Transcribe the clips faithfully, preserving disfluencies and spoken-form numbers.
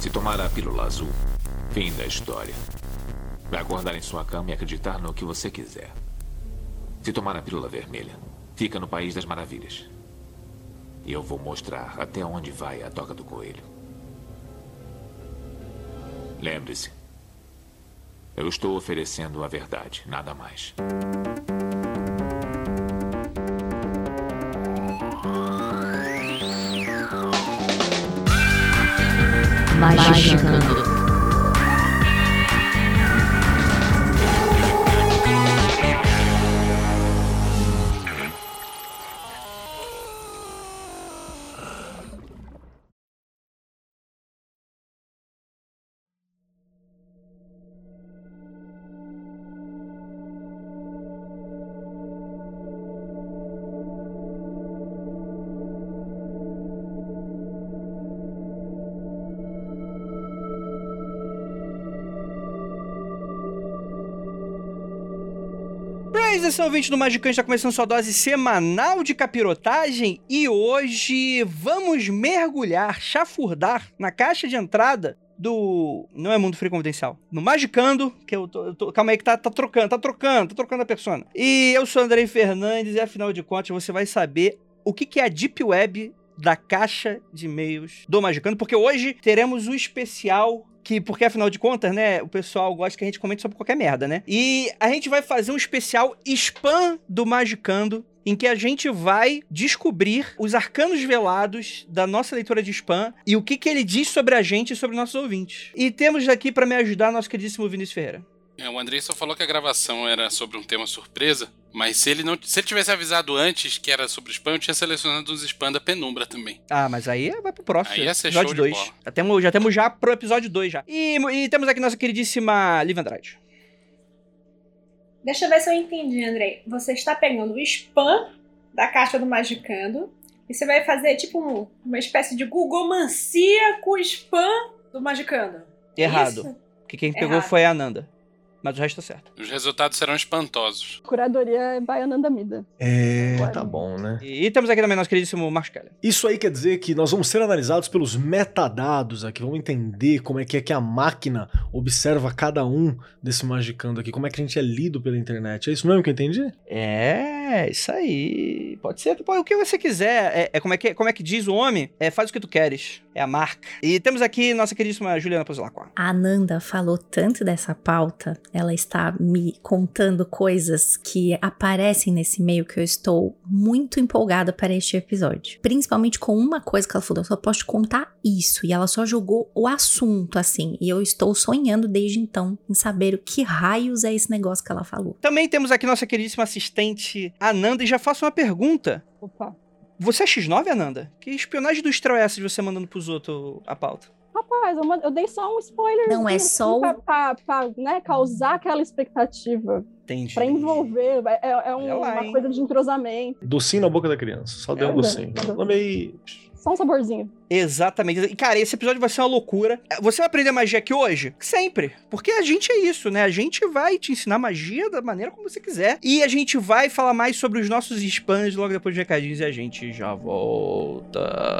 Se tomar a pílula azul, fim da história. Vai acordar em sua cama e acreditar no que você quiser. Se tomar a pílula vermelha, fica no País das Maravilhas. E eu vou mostrar até onde vai a toca do coelho. Lembre-se, eu estou oferecendo a verdade, nada mais. Magicando. Atenção, ouvinte do Magicante, está começando sua dose semanal de capirotagem e hoje vamos mergulhar, chafurdar na caixa de entrada do... Não é Mundo Free Confidencial. No Magicando, que eu tô... Eu tô calma aí que tá, tá trocando, tá trocando, tá trocando a persona. E eu sou Andrei Fernandes e afinal de contas você vai saber o que, que é a Deep Web da caixa de e-mails do Magicando, porque hoje teremos o especial... Que, porque afinal de contas, né, o pessoal gosta que a gente comente sobre qualquer merda, né? E a gente vai fazer um especial spam do Magicando, em que a gente vai descobrir os arcanos velados da nossa leitura de spam e o que, que ele diz sobre a gente e sobre nossos ouvintes. E temos aqui para me ajudar nosso queridíssimo Vinícius Ferreira. É, o Andrei só falou que a gravação era sobre um tema surpresa, mas se ele não, se ele tivesse avisado antes que era sobre spam, eu tinha selecionado os spam da Penumbra também. Ah, mas aí vai pro próximo. Aí ia ser episódio show de dois. bola. Já temos, já temos já pro episódio dois já. E, e temos aqui nossa queridíssima Liv Andrade. Deixa eu ver se eu entendi, Andrei. Você está pegando o spam da caixa do Magicando e você vai fazer tipo um, uma espécie de Googlemancia com o spam do Magicando. Errado. Isso? Porque quem Errado. pegou foi a Ananda. Mas o resto tá certo. Os resultados serão espantosos. Curadoria by Ananda Mida. É, tá bom, né? E, e temos aqui também nosso queridíssimo Marcos Keller. Isso aí quer dizer que nós vamos ser analisados pelos metadados aqui, vamos entender como é que é que a máquina observa cada um desse Magicando aqui, como é que a gente é lido pela internet. É isso mesmo que eu entendi? É, isso aí. Pode ser, pode, o que você quiser. É, é, como, é que, como é que diz o homem? É, faz o que tu queres. É a marca. E temos aqui nossa queridíssima Juliana Pozolacqua. A Ananda falou tanto dessa pauta, ela está me contando coisas que aparecem nesse e-mail que eu estou muito empolgada para este episódio. Principalmente com uma coisa que ela falou, eu só posso te contar isso. E ela só jogou o assunto, assim. E eu estou sonhando desde então em saber o que raios é esse negócio que ela falou. Também temos aqui nossa queridíssima assistente Ananda. E já faço uma pergunta. Opa. Você é X nove, Ananda? Que espionagem industrial é essa de você mandando pros outros a pauta? Rapaz, eu, mand... eu dei só um spoiler. Não é só o... pra, pra, pra né, causar aquela expectativa. Entendi. Pra envolver. É, é um, lá, uma coisa de entrosamento. Docinho na boca da criança, só deu um Nada, docinho. nada. Nome aí... Só um saborzinho. Exatamente. E, cara, esse episódio vai ser uma loucura. Você vai aprender magia aqui hoje? Sempre. Porque a gente é isso, né? A gente vai te ensinar magia da maneira como você quiser. E a gente vai falar mais sobre os nossos spams logo depois de recadinhos. E a gente já volta.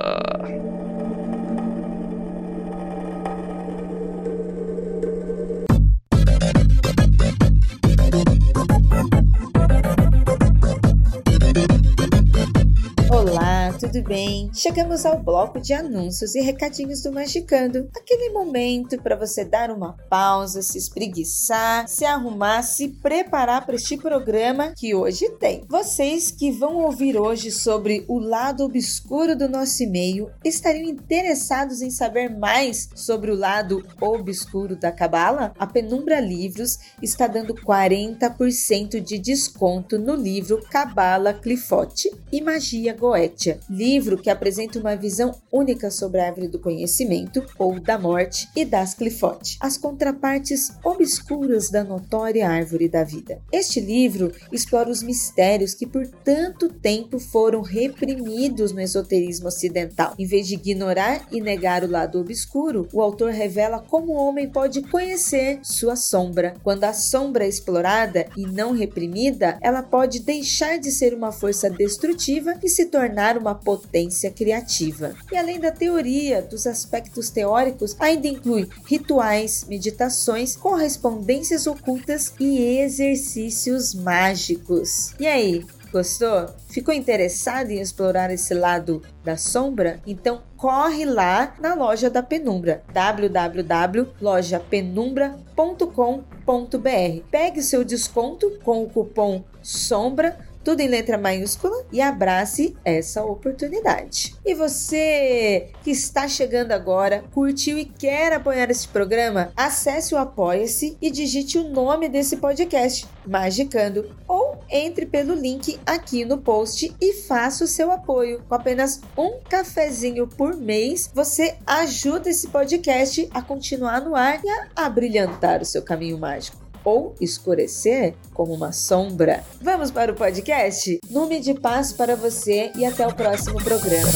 Olá, tudo bem? Chegamos ao bloco de anúncios e recadinhos do Magicando. Aquele momento para você dar uma pausa, se espreguiçar, se arrumar, se preparar para este programa que hoje tem. Vocês que vão ouvir hoje sobre o lado obscuro do nosso e-mail estariam interessados em saber mais sobre o lado obscuro da Cabala? A Penumbra Livros está dando quarenta por cento de desconto no livro Cabala Clifote e Magia Goetia, livro que apresenta uma visão única sobre a árvore do conhecimento, ou da morte, e das Clifote, as contrapartes obscuras da notória árvore da vida. Este livro explora os mistérios que por tanto tempo foram reprimidos no esoterismo ocidental. Em vez de ignorar e negar o lado obscuro, o autor revela como o homem pode conhecer sua sombra. Quando a sombra é explorada e não reprimida, ela pode deixar de ser uma força destrutiva e se tornar uma potência potência criativa. E além da teoria dos aspectos teóricos, ainda inclui rituais, meditações, correspondências ocultas e exercícios mágicos. E aí, gostou? Ficou interessado em explorar esse lado da sombra? Então corre lá na loja da Penumbra, w w w ponto loja penumbra ponto com ponto b r. Pegue seu desconto com o cupom SOMBRA, tudo em letra maiúscula, e abrace essa oportunidade. E você que está chegando agora, curtiu e quer apoiar este programa? Acesse o Apoia-se e digite o nome desse podcast, Magicando, ou entre pelo link aqui no post e faça o seu apoio. Com apenas um cafezinho por mês, você ajuda esse podcast a continuar no ar e a abrilhantar o seu caminho mágico. Ou escurecer como uma sombra. Vamos para o podcast? Nome de paz para você e até o próximo programa.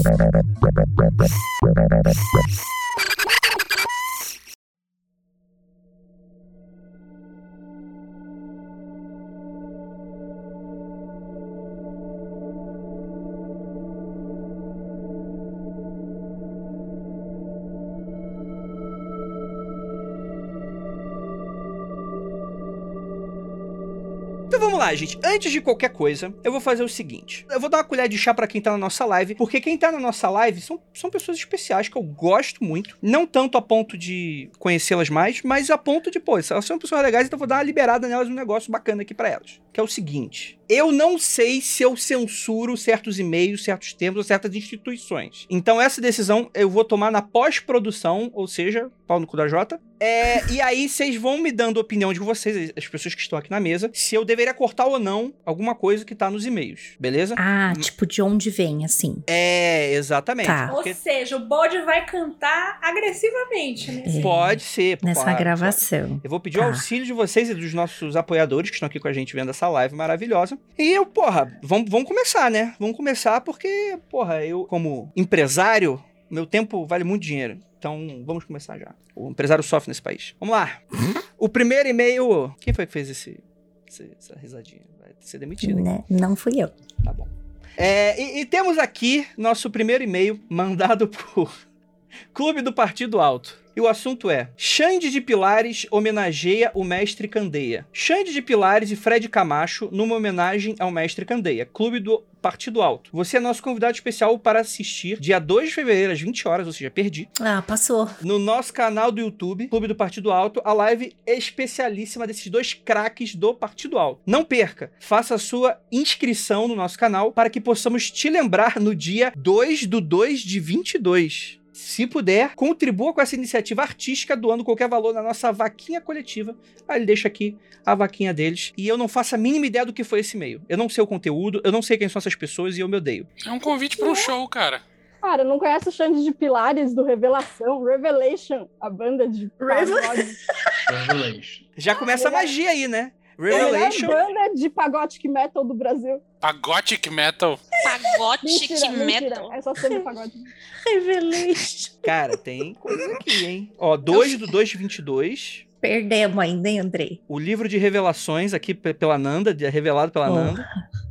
Então vamos lá, gente. Antes de qualquer coisa, eu vou fazer o seguinte. Eu vou dar uma colher de chá pra quem tá na nossa live, porque quem tá na nossa live são, são pessoas especiais que eu gosto muito. Não tanto a ponto de conhecê-las mais, mas a ponto de, pô, elas são pessoas legais, então eu vou dar uma liberada nelas, um negócio bacana aqui pra elas. Que é o seguinte. Eu não sei se eu censuro certos e-mails, certos termos ou certas instituições. Então essa decisão eu vou tomar na pós-produção, ou seja, pau no cu da Jota. É, e aí vocês vão me dando a opinião de vocês, as pessoas que estão aqui na mesa, se eu deveria cortar ou não alguma coisa que tá nos e-mails, beleza? Ah, tipo, de onde vem, assim. É, exatamente. Tá. Porque Ou seja, o bode vai cantar agressivamente, né? É, pode ser. nessa pode, gravação. pode. Eu vou pedir Tá. o auxílio de vocês e dos nossos apoiadores que estão aqui com a gente vendo essa live maravilhosa. E eu, porra, vamos, vamos começar, né? Vamos começar porque, porra, eu como empresário, meu tempo vale muito dinheiro. Então, vamos começar já. O empresário sofre nesse país. Vamos lá. O primeiro e-mail... Quem foi que fez esse, esse, essa risadinha? Vai ser demitido, hein? Né? Não fui eu. Tá bom. É, e, e temos aqui nosso primeiro e-mail mandado por Clube do Partido Alto. E o assunto é: Xande de Pilares homenageia o mestre Candeia. Xande de Pilares e Fred Camacho numa homenagem ao mestre Candeia. Clube do Partido Alto. Você é nosso convidado especial para assistir dia dois de fevereiro às vinte horas, ou seja, perdi. Ah, passou. No nosso canal do YouTube, Clube do Partido Alto, a live especialíssima desses dois craques do Partido Alto. Não perca, faça a sua inscrição no nosso canal para que possamos te lembrar no dia dois do dois de vinte e dois. Se puder, contribua com essa iniciativa artística doando qualquer valor na nossa vaquinha coletiva. Aí ele deixa aqui a vaquinha deles. E eu não faço a mínima ideia do que foi esse e-mail. Eu não sei o conteúdo, eu não sei quem são essas pessoas e eu me odeio. É um convite para um show, cara. Cara, não conhece o Xande de Pilares do Revelação? Revelation, a banda de pagode. Revelation. Já começa a magia aí, né? É a melhor Revelation. banda de pagodic metal do Brasil. Pagotic Metal. Pagotic Mentira, mentira. Metal. É só semi pagode. Revelation. Cara, tem coisa aqui, hein? Ó, dois do dois de vinte e dois. Perdemos ainda, hein, Andrei? O livro de revelações aqui p- pela Nanda, de- revelado pela Oh. Nanda.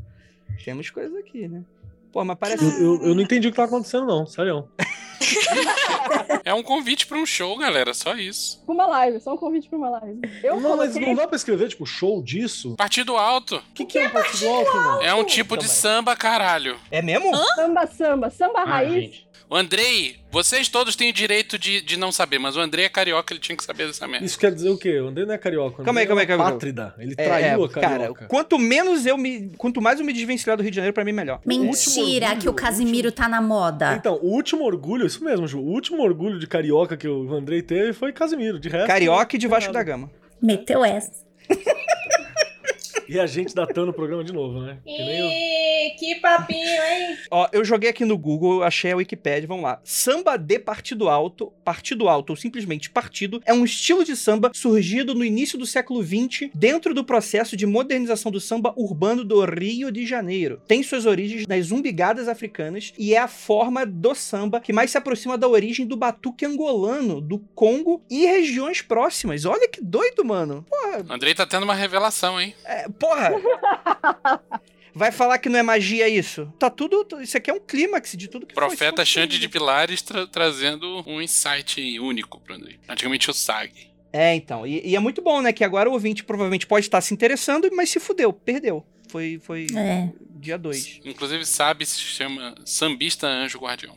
Temos coisas aqui, né? Pô, mas parece... Eu, eu, eu não entendi o que tá acontecendo, não, sério. É um convite para um show, galera. Só isso. Pra uma live, só um convite pra uma live. Eu Não, mas coloquei- não dá pra escrever, tipo, show disso? Partido Alto. O que, que é um partido alto, irmão? É um tipo de samba, caralho. É mesmo? Samba, samba, samba Ah, raiz. gente. O Andrei, vocês todos têm o direito de, de não saber, mas o Andrei é carioca, ele tinha que saber dessa merda. Isso quer dizer o quê? O André não é carioca. o Calma aí, André calma aí, é uma calma aí. pátrida. Ele É, traiu é, a cara, carioca. quanto menos eu me... Quanto mais eu me desvencilhar do Rio de Janeiro, pra mim, melhor. Mentira orgulho, que o o Casimiro tá na moda. Então, o último orgulho, isso mesmo, Ju, o último orgulho de carioca que o Andrei teve foi Casimiro, de resto... Carioca e de não tem Vasco da nada. Gama. Meteu essa. E a gente datando o programa de novo, né? Que nem o... Ih, que papinho, hein? Ó, eu joguei aqui no Google, eu achei a Wikipédia, vamos lá. Samba de Partido Alto, Partido Alto ou simplesmente Partido, é um estilo de samba surgido no início do século vinte dentro do processo de modernização do samba urbano do Rio de Janeiro. Tem suas origens nas umbigadas africanas e é a forma do samba que mais se aproxima da origem do batuque angolano, do Congo e regiões próximas. Olha que doido, mano. Porra, O Andrei tá tendo uma revelação, hein? é, porra. Vai falar que não é magia isso? Tá tudo... Isso aqui é um clímax de tudo que Profeta foi Xande de Pilares tra trazendo um insight único pra Andrei. Praticamente o S A G. É, então. E, e é muito bom, né? Que agora o ouvinte provavelmente pode estar se interessando, mas se fudeu, perdeu. Foi, foi É. dia dois. Inclusive, sabe, se chama Sambista Anjo Guardião.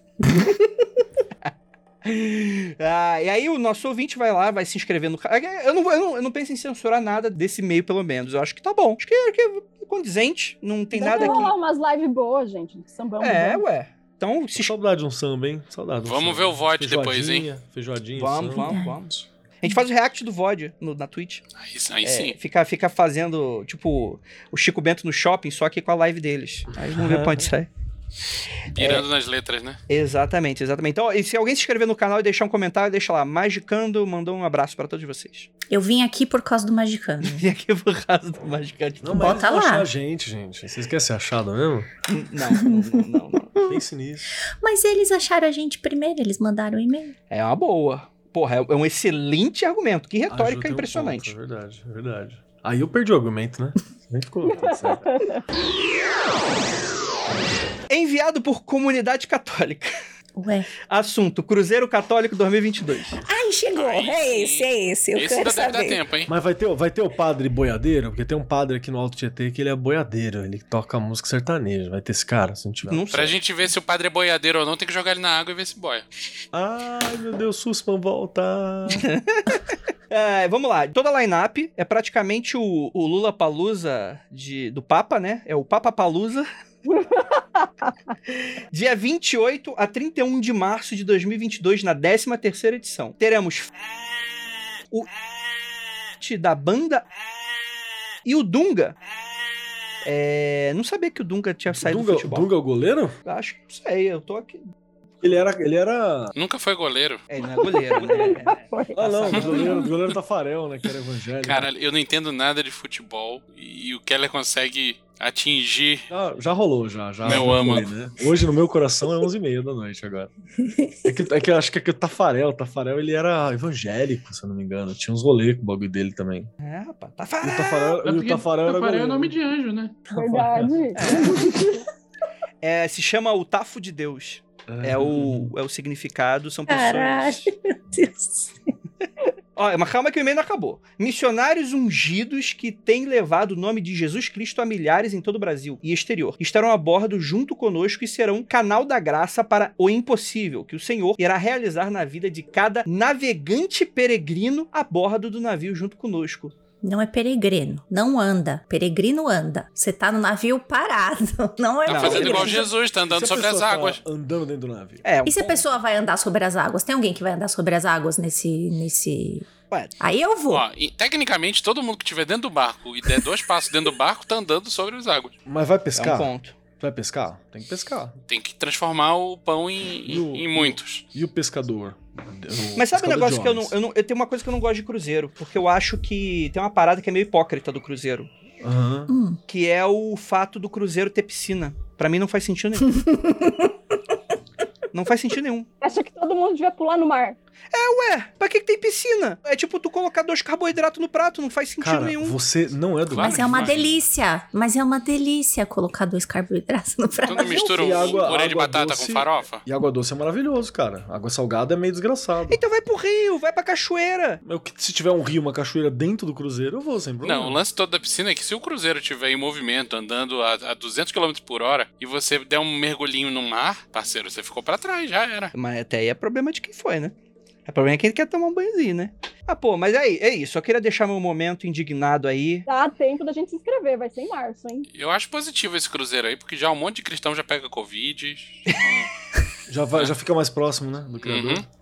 Ah, e aí o nosso ouvinte vai lá, vai se inscrever no canal. Eu não, eu, não, eu não penso em censurar nada desse meio, pelo menos. Eu acho que tá bom. Acho que é, que é condizente, não tem Deve nada aqui. rolar umas lives boas, gente. Sambão. É, bom. ué. Então, se... Saudade de um samba, hein? Saudade de um Vamos samba. ver o V O D depois, hein? Feijoadinha, Feijoadinha, Vamos, samba. vamos, vamos. A gente faz o react do V O D no, na Twitch. Aí, aí É, sim. fica, fica fazendo, tipo, o Chico Bento no shopping, só que com a live deles. Aí vamos ver pra onde sai. Pirando nas letras, né? Exatamente, exatamente. Então, e se alguém se inscrever no canal e deixar um comentário, deixa lá. Magicando mandou um abraço pra todos vocês. Eu vim aqui por causa do Magicano. Vim aqui por causa do Magicando. Não, mas Bota eles vão lá. achar a gente, gente. Vocês querem ser achado mesmo? Não, não, não, não. Pense nisso. Mas eles acharam a gente primeiro, eles mandaram um e-mail. É uma boa. Porra, é um excelente argumento. Que retórica Ajuda um impressionante. ponto, é verdade, é verdade. Aí eu perdi o argumento, né? Nem ficou certo. Enviado por comunidade católica. Ué. Assunto: Cruzeiro Católico dois mil e vinte e dois. Ai, chegou. Aí É sim. esse, é esse. Eu Esse quero ainda deve dar saber. tempo, hein? Mas vai ter, vai ter o padre boiadeiro? Porque tem um padre aqui no Alto Tietê que ele é boiadeiro. Ele toca música sertaneja. Vai ter esse cara, se não tiver. Não Pra sei. gente ver se o padre é boiadeiro ou não, tem que jogar ele na água e ver se boia. Ai, meu Deus, Sussman, volta. É, vamos lá. Toda a line-up é praticamente o, o Lula Palusa de, do Papa, né? É o Papa Palusa. Dia vinte e oito a trinta e um de março de dois mil e vinte e dois, na décima terceira edição. Teremos o da banda e o Dunga. É, não sabia que o Dunga tinha saído Dunga, do futebol. Dunga é o goleiro? Acho que não sei, eu tô aqui. Ele era. Ele era... Nunca foi goleiro. É, ele não é goleiro, né? Ah, não, o goleiro, o goleiro Tafarel, né? Que era evangélico. Cara, eu não entendo nada de futebol e o Keller consegue atingir. Já, já rolou, já. já Meu já âmago. foi, né? Hoje no meu coração é onze e meia da noite agora. É que, é que eu acho que é que o Tafarel, o Tafarel ele era evangélico, se eu não me engano. Tinha uns rolês com o bagulho dele também. É, rapaz, tá E o falando. Tafarel, e o Tafarel era Tafarel é goleiro. nome de anjo, né? Verdade. É, se chama o Tafo de Deus. É o, é o significado, são pessoas... Caralho, meu Deus. Ó, mas calma que o e-mail não acabou. Missionários ungidos que têm levado o nome de Jesus Cristo a milhares em todo o Brasil e exterior. Estarão a bordo junto conosco e serão um canal da graça para o impossível, que o Senhor irá realizar na vida de cada navegante peregrino a bordo do navio junto conosco. Não é peregrino, não anda. Peregrino anda. Você tá no navio parado, não é Tá Não, fazendo ele- igual Jesus, tá andando Se a sobre as pessoa tá águas. andando dentro do navio. É, E se a pessoa vai andar sobre as águas? Tem alguém que vai andar sobre as águas nesse... nesse... Ué. Aí eu vou. Ó, e, tecnicamente, todo mundo que estiver dentro do barco e der dois passos dentro do barco tá andando sobre as águas. Mas vai é um pescar? ponto. Vai pescar? Tem que pescar. Tem que transformar o pão em, E o- em, em muitos. E o pescador? O Mas sabe um pescador negócio de que eu não, homens? eu não... Eu tenho uma coisa que eu não gosto de cruzeiro, porque eu acho que tem uma parada que é meio hipócrita do cruzeiro, Aham. Hum. que é o fato do cruzeiro ter piscina. Pra mim não faz sentido nenhum. Não faz sentido nenhum. Acha que todo mundo devia pular no mar. Ué, pra que, que tem piscina? É tipo tu colocar dois carboidratos no prato, não faz sentido Cara, nenhum. você não é do Claro. Mas é uma demais. delícia. Mas é uma delícia colocar dois carboidratos no Tu prato. não mistura E um água- purê de água batata doce- com farofa? E água doce é maravilhoso, cara. Água salgada é meio desgraçado. Então vai pro rio, vai pra cachoeira. Eu que- Se tiver um rio, uma cachoeira dentro do cruzeiro, eu vou sem problema. Não, o lance todo da piscina é que se o cruzeiro estiver em movimento, andando a, a duzentos quilômetros por hora, e você der um mergulhinho no mar, parceiro, você ficou pra trás, já era. Mas até aí é problema de quem foi, né? O problema é quem quer tomar um banhozinho, né? Ah, pô, mas aí, é isso. Só queria deixar meu momento indignado aí. Dá tempo da gente se inscrever, vai ser em março, hein? Eu acho positivo esse cruzeiro aí, porque já um monte de cristão já pega Covid. Já, vai, já fica mais próximo, né? Do criador. Uhum.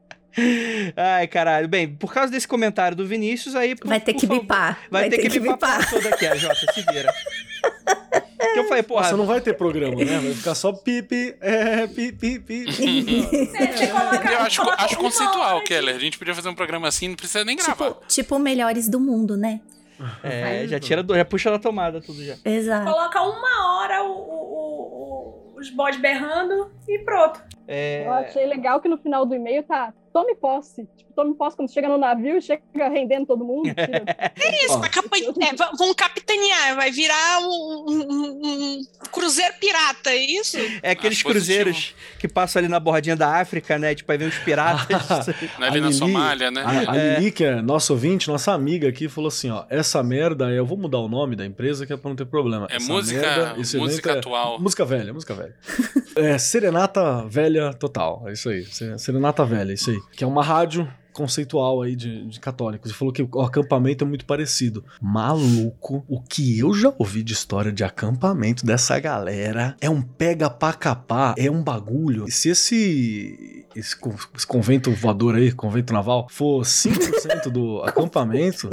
Ai, caralho. Bem, por causa desse comentário do Vinícius aí... por- Vai ter por que favor, bipar. Vai, ter, que bipar toda aqui, a Jota, se vira. Que eu falei, porra... Nossa, não vai ter programa, né? Vai ficar só pipi, é, pipi, pipi. Você coloca- Eu acho, coloca acho uma conceitual, hora de- Keller. A gente podia fazer um programa assim, não precisa nem gravar. Tipo, tipo Melhores do Mundo, né? É, já tira, do- já puxa da tomada tudo já. Exato. Coloca uma hora o, o- o- o- os bodes berrando e pronto. É... Eu achei legal que no final do e-mail tá tome posse. Tipo, tome posse quando chega no navio e chega rendendo todo mundo. Tira... É isso, vai capa... é, vão capitanear, vai virar um, um, um cruzeiro pirata, é isso? É aqueles cruzeiros que passam ali na bordinha da África, né? Tipo, aí vem uns piratas. Não é ali na Somália, né? A, a Lili, que é nossa ouvinte, nossa amiga aqui, falou assim, ó, essa merda, eu vou mudar o nome da empresa que é pra não ter problema. É essa música, merda, esse música evento é- atual. Música velha, música velha. É Serenata Velha Total, é isso aí. Serenata Velha, é isso aí. Que é uma rádio conceitual aí de, de católicos. E falou que o acampamento é muito parecido. Maluco, o que eu já ouvi de história de acampamento dessa galera é um pega pra capar, é um bagulho. E se esse, esse, con- esse convento voador aí, convento naval, for cinco por cento do acampamento,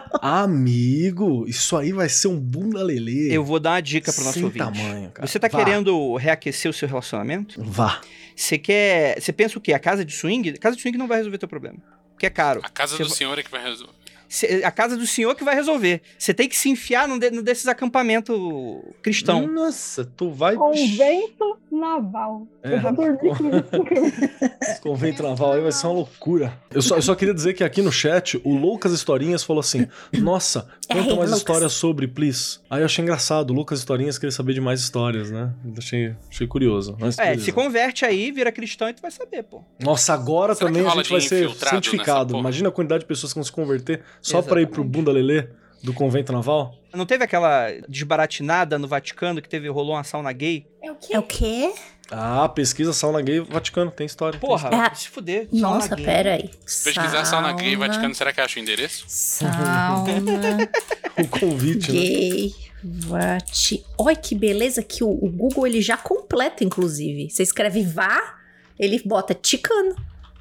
amigo, isso aí vai ser um bunda lelê. Eu vou dar uma dica pro nosso Sem ouvinte. tamanho, cara. Você tá Vá. querendo reaquecer o seu relacionamento? Vá. Você quer... Você pensa o quê? A casa de swing? A casa de swing não vai resolver teu problema. Porque é caro. A casa Você do va- senhor é que vai resolver. Cê- A casa do senhor que vai resolver. Você tem que se enfiar num, de- num desses acampamentos cristão. Nossa, tu vai... Convento naval. É, Eu vou dormir com isso. Esse convento naval aí vai ser uma loucura. Eu só, eu só queria dizer que aqui no chat, o Lucas Historinhas falou assim, nossa, conta É, mais Lucas. histórias sobre, please. Aí eu achei engraçado, o Lucas Historinhas queria saber de mais histórias, né? Eu Achei, achei curioso. Mas É, beleza. se converte aí, vira cristão e tu vai saber, pô. Nossa, agora Será também que a rola gente vai de ser infiltrado nessa santificado. porra? Imagina a quantidade de pessoas que vão se converter só pra ir pro Exatamente. bunda lelê do convento naval. Não teve aquela desbaratinada no Vaticano que teve, rolou uma sauna gay? É o quê? É o quê? Ah, pesquisa sauna gay Vaticano, tem história. tem Porra, É. se fuder. sauna Nossa, gay. pera aí. Pesquisar sauna gay Vaticano, será que acha o endereço? Sauna história. O convite, né? gay Vati. Olha que beleza que o, o Google ele já completa, inclusive. Você escreve vá, ele bota ticano.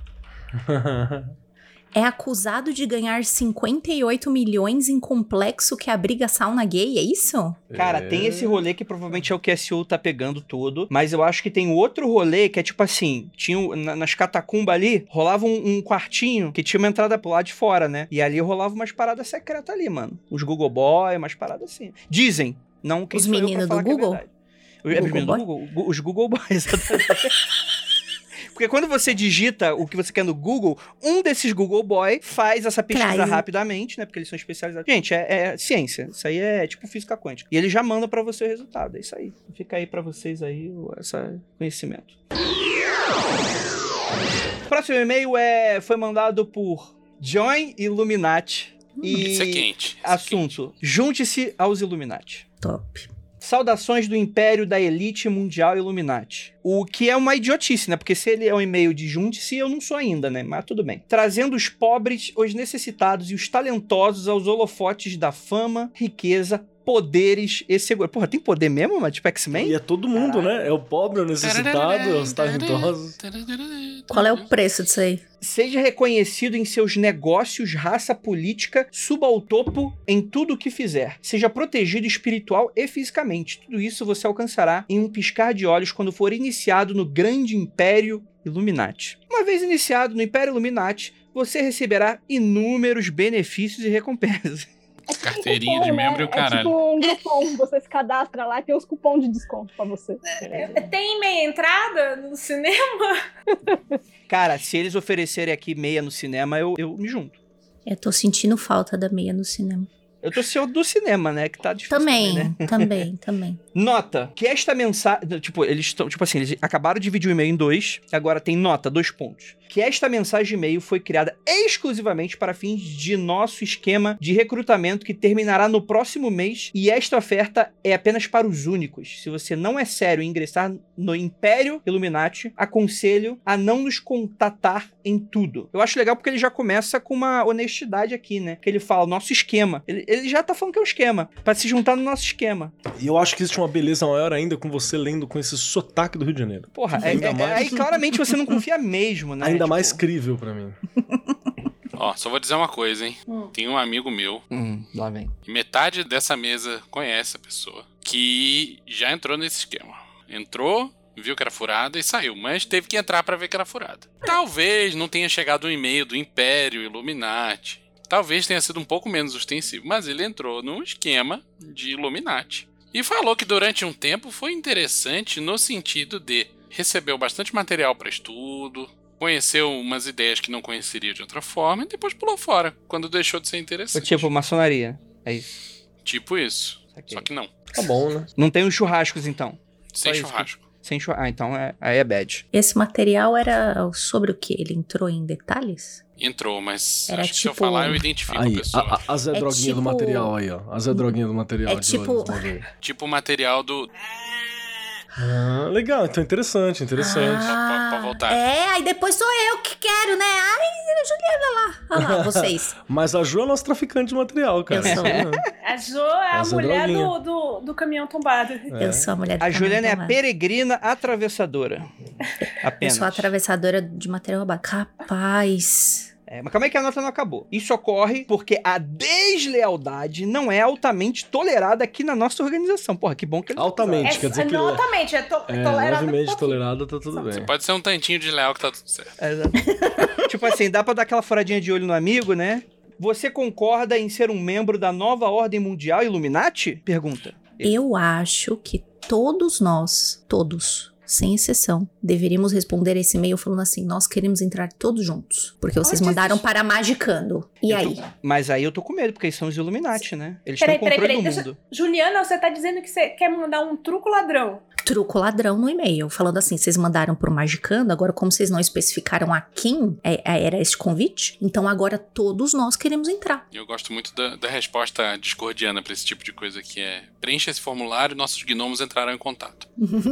É acusado de ganhar cinquenta e oito milhões em complexo que abriga sauna gay, é isso? Cara, É. tem esse rolê que provavelmente é o que a S E O tá pegando todo, mas eu acho que tem outro rolê que é tipo assim, tinha um- na- nas catacumbas ali, rolava um, um quartinho que tinha uma entrada pro lado de fora, né? E ali rolava umas paradas secretas ali, mano. Os Google Boy, umas paradas assim. Dizem, não quem Os sou eu pra meninos falar do que é Google? verdade. Os- É, os Google meninos do Google? Gu- Os Google Boys, exatamente. Porque quando você digita o que você quer no Google, um desses Google Boy faz essa pesquisa Traz. rapidamente, né? Porque eles são especializados. Gente, é, é ciência. Isso aí é tipo física quântica. E ele já manda pra você o resultado. É isso aí. Fica aí pra vocês aí o- esse conhecimento. O próximo e-mail é, foi mandado por Join Illuminati. E Isso é quente. Isso é assunto: junte-se aos Illuminati. Top. Saudações do Império da Elite Mundial Illuminati. O que é uma idiotice, né? Porque se ele é um e-mail de junte-se, eu não sou ainda, né? Mas tudo bem. Trazendo os pobres, os necessitados e os talentosos aos holofotes da fama, riqueza, poderes e segurança. Porra, tem poder mesmo, mas tipo X-Men? E é todo mundo, né? É o pobre, o necessitado, é os talentosos. Qual é o preço disso aí? Seja reconhecido em seus negócios, raça política, suba ao topo em tudo o que fizer. Seja protegido espiritual e fisicamente. Tudo isso você alcançará em um piscar de olhos quando for iniciado no grande Império Illuminati. Uma vez iniciado no Império Illuminati, você receberá inúmeros benefícios e recompensas. Carteirinha Cupom, de né? membro e o É caralho. tipo um Groupon, você se cadastra lá e tem os cupons de desconto pra você. Tem meia entrada no cinema? Cara, se eles oferecerem aqui meia no cinema, eu, eu me junto. Eu tô sentindo falta da meia no cinema. Eu tô sendo do cinema, né? Que tá difícil Também, também, né? também, também. Nota que esta mensagem. Tipo, eles estão. Tipo assim, eles acabaram de dividir o e-mail em dois. Agora tem nota, dois pontos. Que esta mensagem de e-mail foi criada exclusivamente para fins de nosso esquema de recrutamento que terminará no próximo mês. E esta oferta é apenas para os únicos. Se você não é sério em ingressar no Império Illuminati, aconselho a não nos contatar em tudo. Eu acho legal porque ele já começa com uma honestidade aqui, né? Que ele fala, nosso esquema. Ele, ele já tá falando que é o esquema. Pra se juntar no nosso esquema. E eu acho que existe uma beleza maior ainda com você lendo com esse sotaque do Rio de Janeiro. Porra, é, Ainda é- mais- aí claramente você não confia mesmo, né? Ainda Tipo, mais crível pra mim. Ó, só vou dizer uma coisa, hein? Tem um amigo meu, Hum, lá vem. e metade dessa mesa conhece a pessoa, que já entrou nesse esquema. Entrou, viu que era furada e saiu, mas teve que entrar pra ver que era furada. Talvez não tenha chegado um e-mail do Império Illuminati. Talvez tenha sido um pouco menos ostensivo, mas ele entrou num esquema de Illuminati. E falou que durante um tempo foi interessante no sentido de recebeu bastante material para estudo, conheceu umas ideias que não conheceria de outra forma e depois pulou fora, quando deixou de ser interessante. Tipo, maçonaria. É isso. Tipo isso. Okay. Só que não. Tá bom, né? Não tem os churrascos, então? Sem Só churrasco. Isso. Sem churrasco. Ah, então é, aí é bad. Esse material era sobre o quê? Ele entrou em detalhes? Entrou, mas Era acho que tipo... se eu falar eu identifico Aí, a pessoa. a, a, a Zé É Droguinha tipo- do material aí, ó. A Zé Droguinha do material. É de tipo- olhos, vamos ver. Tipo o material do... Ah, legal, então interessante, interessante. Pra- pra voltar. É, aí depois sou eu que quero, né? Ai, Juliana lá. Olha lá, vocês. Mas a Ju é nosso traficante de material, cara. Eu sou. A Jo é a Essa mulher droguinha. do, do, do caminhão tombado. É. Eu sou a mulher do A caminhão Juliana é a tomado. peregrina atravessadora. Eu Apenas. sou a atravessadora de material roubado. Capaz. É, mas calma aí que a nota não acabou. Isso ocorre porque a deslealdade não é altamente tolerada aqui na nossa organização. Porra, que bom que eles... Altamente, quer dizer que não, altamente, é, to é tolerado. levemente tolerada, tá tudo bem. Pode ser um tantinho de leal que tá tudo certo. É, exato. Tipo assim, dá pra dar aquela furadinha de olho no amigo, né? Você concorda em ser um membro da nova ordem mundial Illuminati? Pergunta. Eu acho que todos nós, todos, sem exceção, deveríamos responder esse e-mail falando assim: nós queremos entrar todos juntos. Porque vocês Onde mandaram existe? para Magicando. E Eu tô- aí? Mas aí eu tô com medo, porque eles são os Illuminati, né? Eles Peraí, têm peraí, controle peraí. do Deixa... mundo. Juliana, você tá dizendo que você quer mandar um truco ladrão. Truco ladrão no e-mail, falando assim: vocês mandaram pro Magicando, agora como vocês não especificaram a quem é- é- era esse convite, então agora todos nós queremos entrar. E eu gosto muito da, da resposta discordiana pra esse tipo de coisa, que é: preencha esse formulário e nossos gnomos entrarão em contato.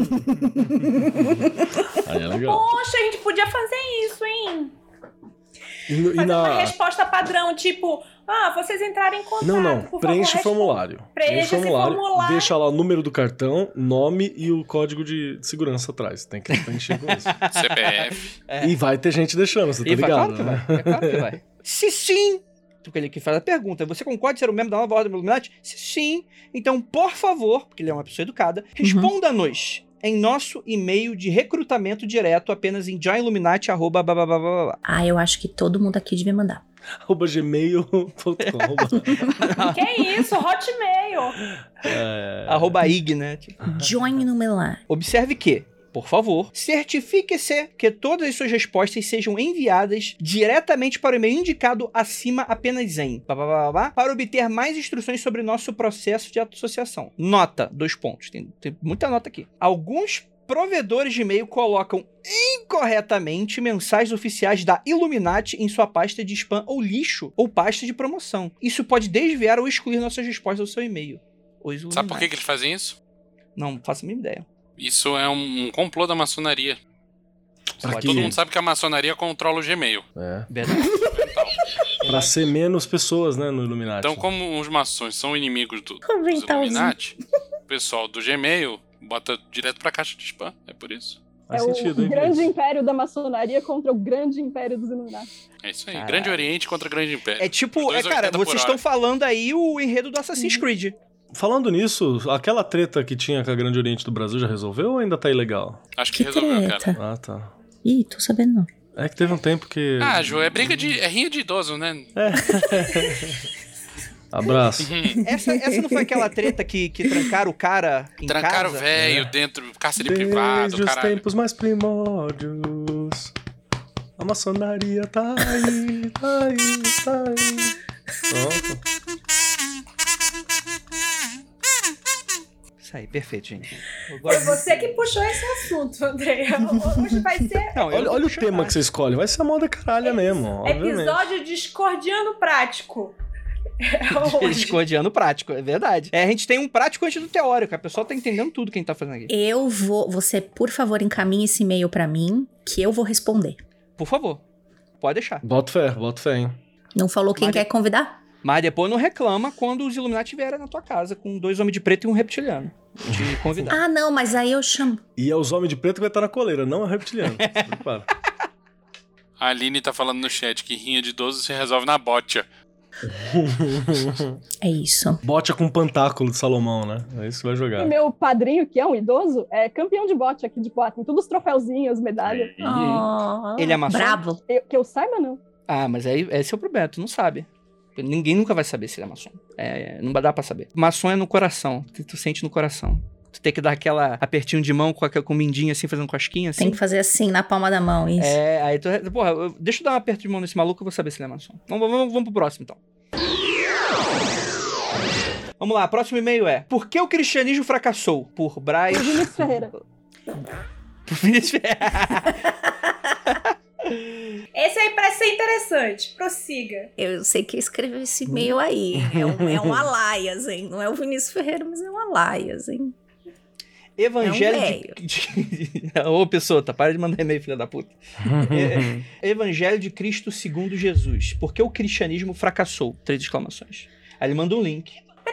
Aí é legal. Poxa, a gente podia fazer isso, hein? E, no- e Fazer uma na... resposta padrão, tipo, ah, vocês entrarem em contato. Não, não. por favor, Preenche o responda. formulário. Preencha esse formulário. Deixa lá o número do cartão, nome e o código de segurança atrás. Tem que preencher com isso. C P F. É. E vai ter gente deixando, você tá E vai, ligado? claro que né? vai. É claro que vai. Se sim, porque ele que faz a pergunta, você concorda em ser um membro da nova ordem Illuminati? Se sim, então, por favor, porque ele é uma pessoa educada, responda-nos em nosso e-mail de recrutamento direto, apenas em joinilluminati, arroba, blá, blá, blá, blá, blá. Ah, eu acho que todo mundo aqui devia mandar. arroba gmail ponto com. Que isso, Hotmail. É... Arroba ig, né? Tipo. Join no meu lar. Observe que, por favor, certifique-se que todas as suas respostas sejam enviadas diretamente para o e-mail indicado acima apenas em blá, blá, blá, blá, blá, para obter mais instruções sobre nosso processo de associação. Nota, dois pontos. Tem, tem muita nota aqui. Alguns provedores de e-mail colocam incorretamente mensagens oficiais da Illuminati em sua pasta de spam ou lixo ou pasta de promoção. Isso pode desviar ou excluir nossas respostas do seu e-mail. Os Sabe por Illuminati. que, que eles fazem isso? Não faço a mínima ideia. Isso é um, um complô da maçonaria. Pra Pode quê? Todo mundo sabe que a maçonaria controla o Gmail. É. Verdade. Pra ser menos pessoas, né, no Illuminati. Então, como os maçons são inimigos do, dos Aventalzinho. Illuminati, o pessoal do Gmail bota direto pra caixa de spam. É por isso. Faz é sentido, o hein, grande Vinícius? império da maçonaria contra o grande império dos Illuminati. É isso aí. Caralho. Grande Oriente contra Grande Império. É tipo, Os dois é, cara, oitenta por vocês hora. estão falando aí o enredo do Assassin's Creed. Falando nisso, aquela treta que tinha com a Grande Oriente do Brasil já resolveu ou ainda tá ilegal? Acho que, Que resolveu, cara. treta. Ah, tá. Ih, tô sabendo não. É que teve um tempo que... Ah, Ju, é briga de. É rinha de idoso, né? Abraço. Essa, essa não foi aquela treta que, que trancaram o cara em Trancaram o casa? velho dentro, cárcere privado, Desde os caralho. tempos mais primórdios, a maçonaria tá aí, tá aí, tá aí. Pronto. Isso aí, perfeito, gente. Eu Foi gosto- você que puxou esse assunto, André. Hoje vai ser Não, eu Olha, não olha o puxo tema nada. que você escolhe. Vai ser a moda caralha mesmo, obviamente. episódio discordiano prático. É hoje. Discordiano prático, é verdade. É, a gente tem um prático antes do teórico. A pessoa tá entendendo tudo que a gente tá fazendo aqui. Eu vou. Você, por favor, encaminhe esse e-mail pra mim, que eu vou responder. Por favor, pode deixar. Bota fé, bota fé, hein? Não falou quem Mas- quer convidar? Mas depois não reclama quando os Illuminati vierem na tua casa com dois homens de preto e um reptiliano. Te convidar. Ah, não, mas aí eu chamo. E é os homens de preto que vai estar na coleira, não é o reptiliano. Se prepara. A Aline tá falando no chat que rinha de idoso se resolve na botia. É isso. Bote com pantáculo de Salomão, né? É isso que vai E jogar. meu padrinho, que é um idoso, é campeão de bote aqui de Poá. Tem todos os troféuzinhos, medalhas. Oh, Ele é maçom? Bravo. Eu- que eu saiba, não. Ah, mas aí esse é o problema, tu não sabe. Ninguém nunca vai saber se ele é maçom. É, não vai dar pra saber. Maçom é no coração, tu, tu sente no coração. Tu tem que dar aquela apertinho de mão com, a, com o mindinho assim, fazendo cosquinha assim. Tem que fazer assim, na palma da mão, isso. É, aí tu... Porra, eu, deixa eu dar um aperto de mão nesse maluco, eu vou saber se ele é maçom. Vamos, vamos, vamos pro próximo, então. Vamos lá, próximo e-mail é: por que o cristianismo fracassou? Por Braz... Por Vinícius Ferreira. Por Vinícius Ferreira. Esse aí parece ser interessante. Prossiga. Eu sei que escreveu esse e-mail aí. É um, é um Alaias, hein? Não é o Vinícius Ferreira, mas é um Alaias, hein? Evangelho é um de... de... Ô, pessoa, tá? Para de mandar e-mail, filha da puta. é... Evangelho de Cristo segundo Jesus. Por que o cristianismo fracassou? Três exclamações. Aí ele manda um link.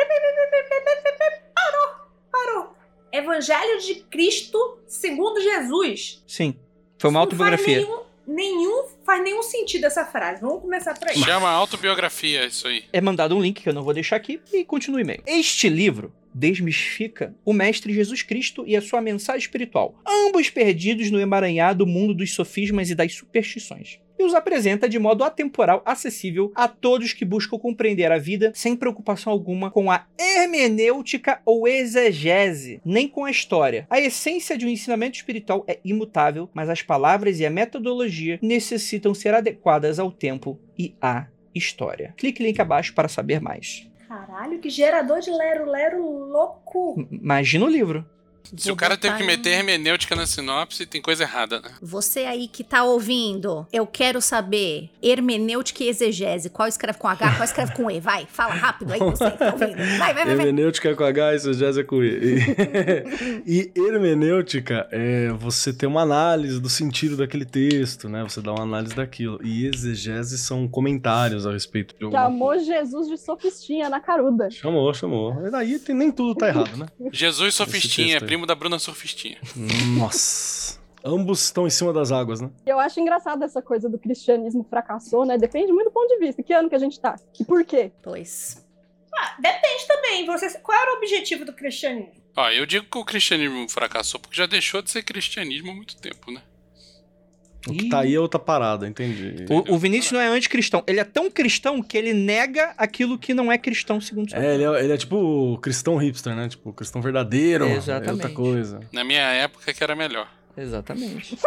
Parou, parou. Evangelho de Cristo segundo Jesus. Sim. Foi uma autobiografia. Não faz nenhum, nenhum, faz nenhum sentido essa frase. Vamos começar por aí. Chama autobiografia, isso aí. É mandado um link que eu não vou deixar aqui e continua o e-mail. Este livro desmistifica o Mestre Jesus Cristo e a sua mensagem espiritual, ambos perdidos no emaranhado mundo dos sofismas e das superstições, e os apresenta de modo atemporal, acessível a todos que buscam compreender a vida sem preocupação alguma com a hermenêutica ou exegese, nem com a história. A essência de um ensinamento espiritual é imutável, mas as palavras e a metodologia necessitam ser adequadas ao tempo e à história. Clique link abaixo para saber mais. Caralho, que gerador de lero-lero louco. Imagina o livro. Se o cara teve que meter hermenêutica na sinopse, tem coisa errada, né? Você aí que tá ouvindo, eu quero saber hermenêutica e exegese. Qual escreve com H, qual escreve com E? Vai, fala rápido aí, você que tá ouvindo. Vai, vai, vai. vai. Hermenêutica é com H, exegese é com E. E, e hermenêutica é você ter uma análise do sentido daquele texto, né? Você dá uma análise daquilo. E exegese são comentários a respeito de alguma Chamou coisa. Jesus de sofistinha na caruda. Chamou, chamou. E daí tem, nem tudo tá errado, né? Jesus Sofistinha, primo da Bruna Surfistinha. Nossa. Ambos estão em cima das águas, né? Eu acho engraçado essa coisa do cristianismo fracassou, né? Depende muito do ponto de vista. Que ano que a gente tá? E por quê? Pois. Ah, depende também. Você, qual era o objetivo do cristianismo? Ó, eu digo que o cristianismo fracassou porque já deixou de ser cristianismo há muito tempo, né? O que tá aí é outra parada, entendi. O, o Vinícius não é anticristão. Ele é tão cristão que ele nega aquilo que não é cristão, segundo o seu. É, ele é, ele é tipo o cristão hipster, né? Tipo, o cristão verdadeiro. Exatamente. É outra coisa. Na minha época que era melhor. Exatamente.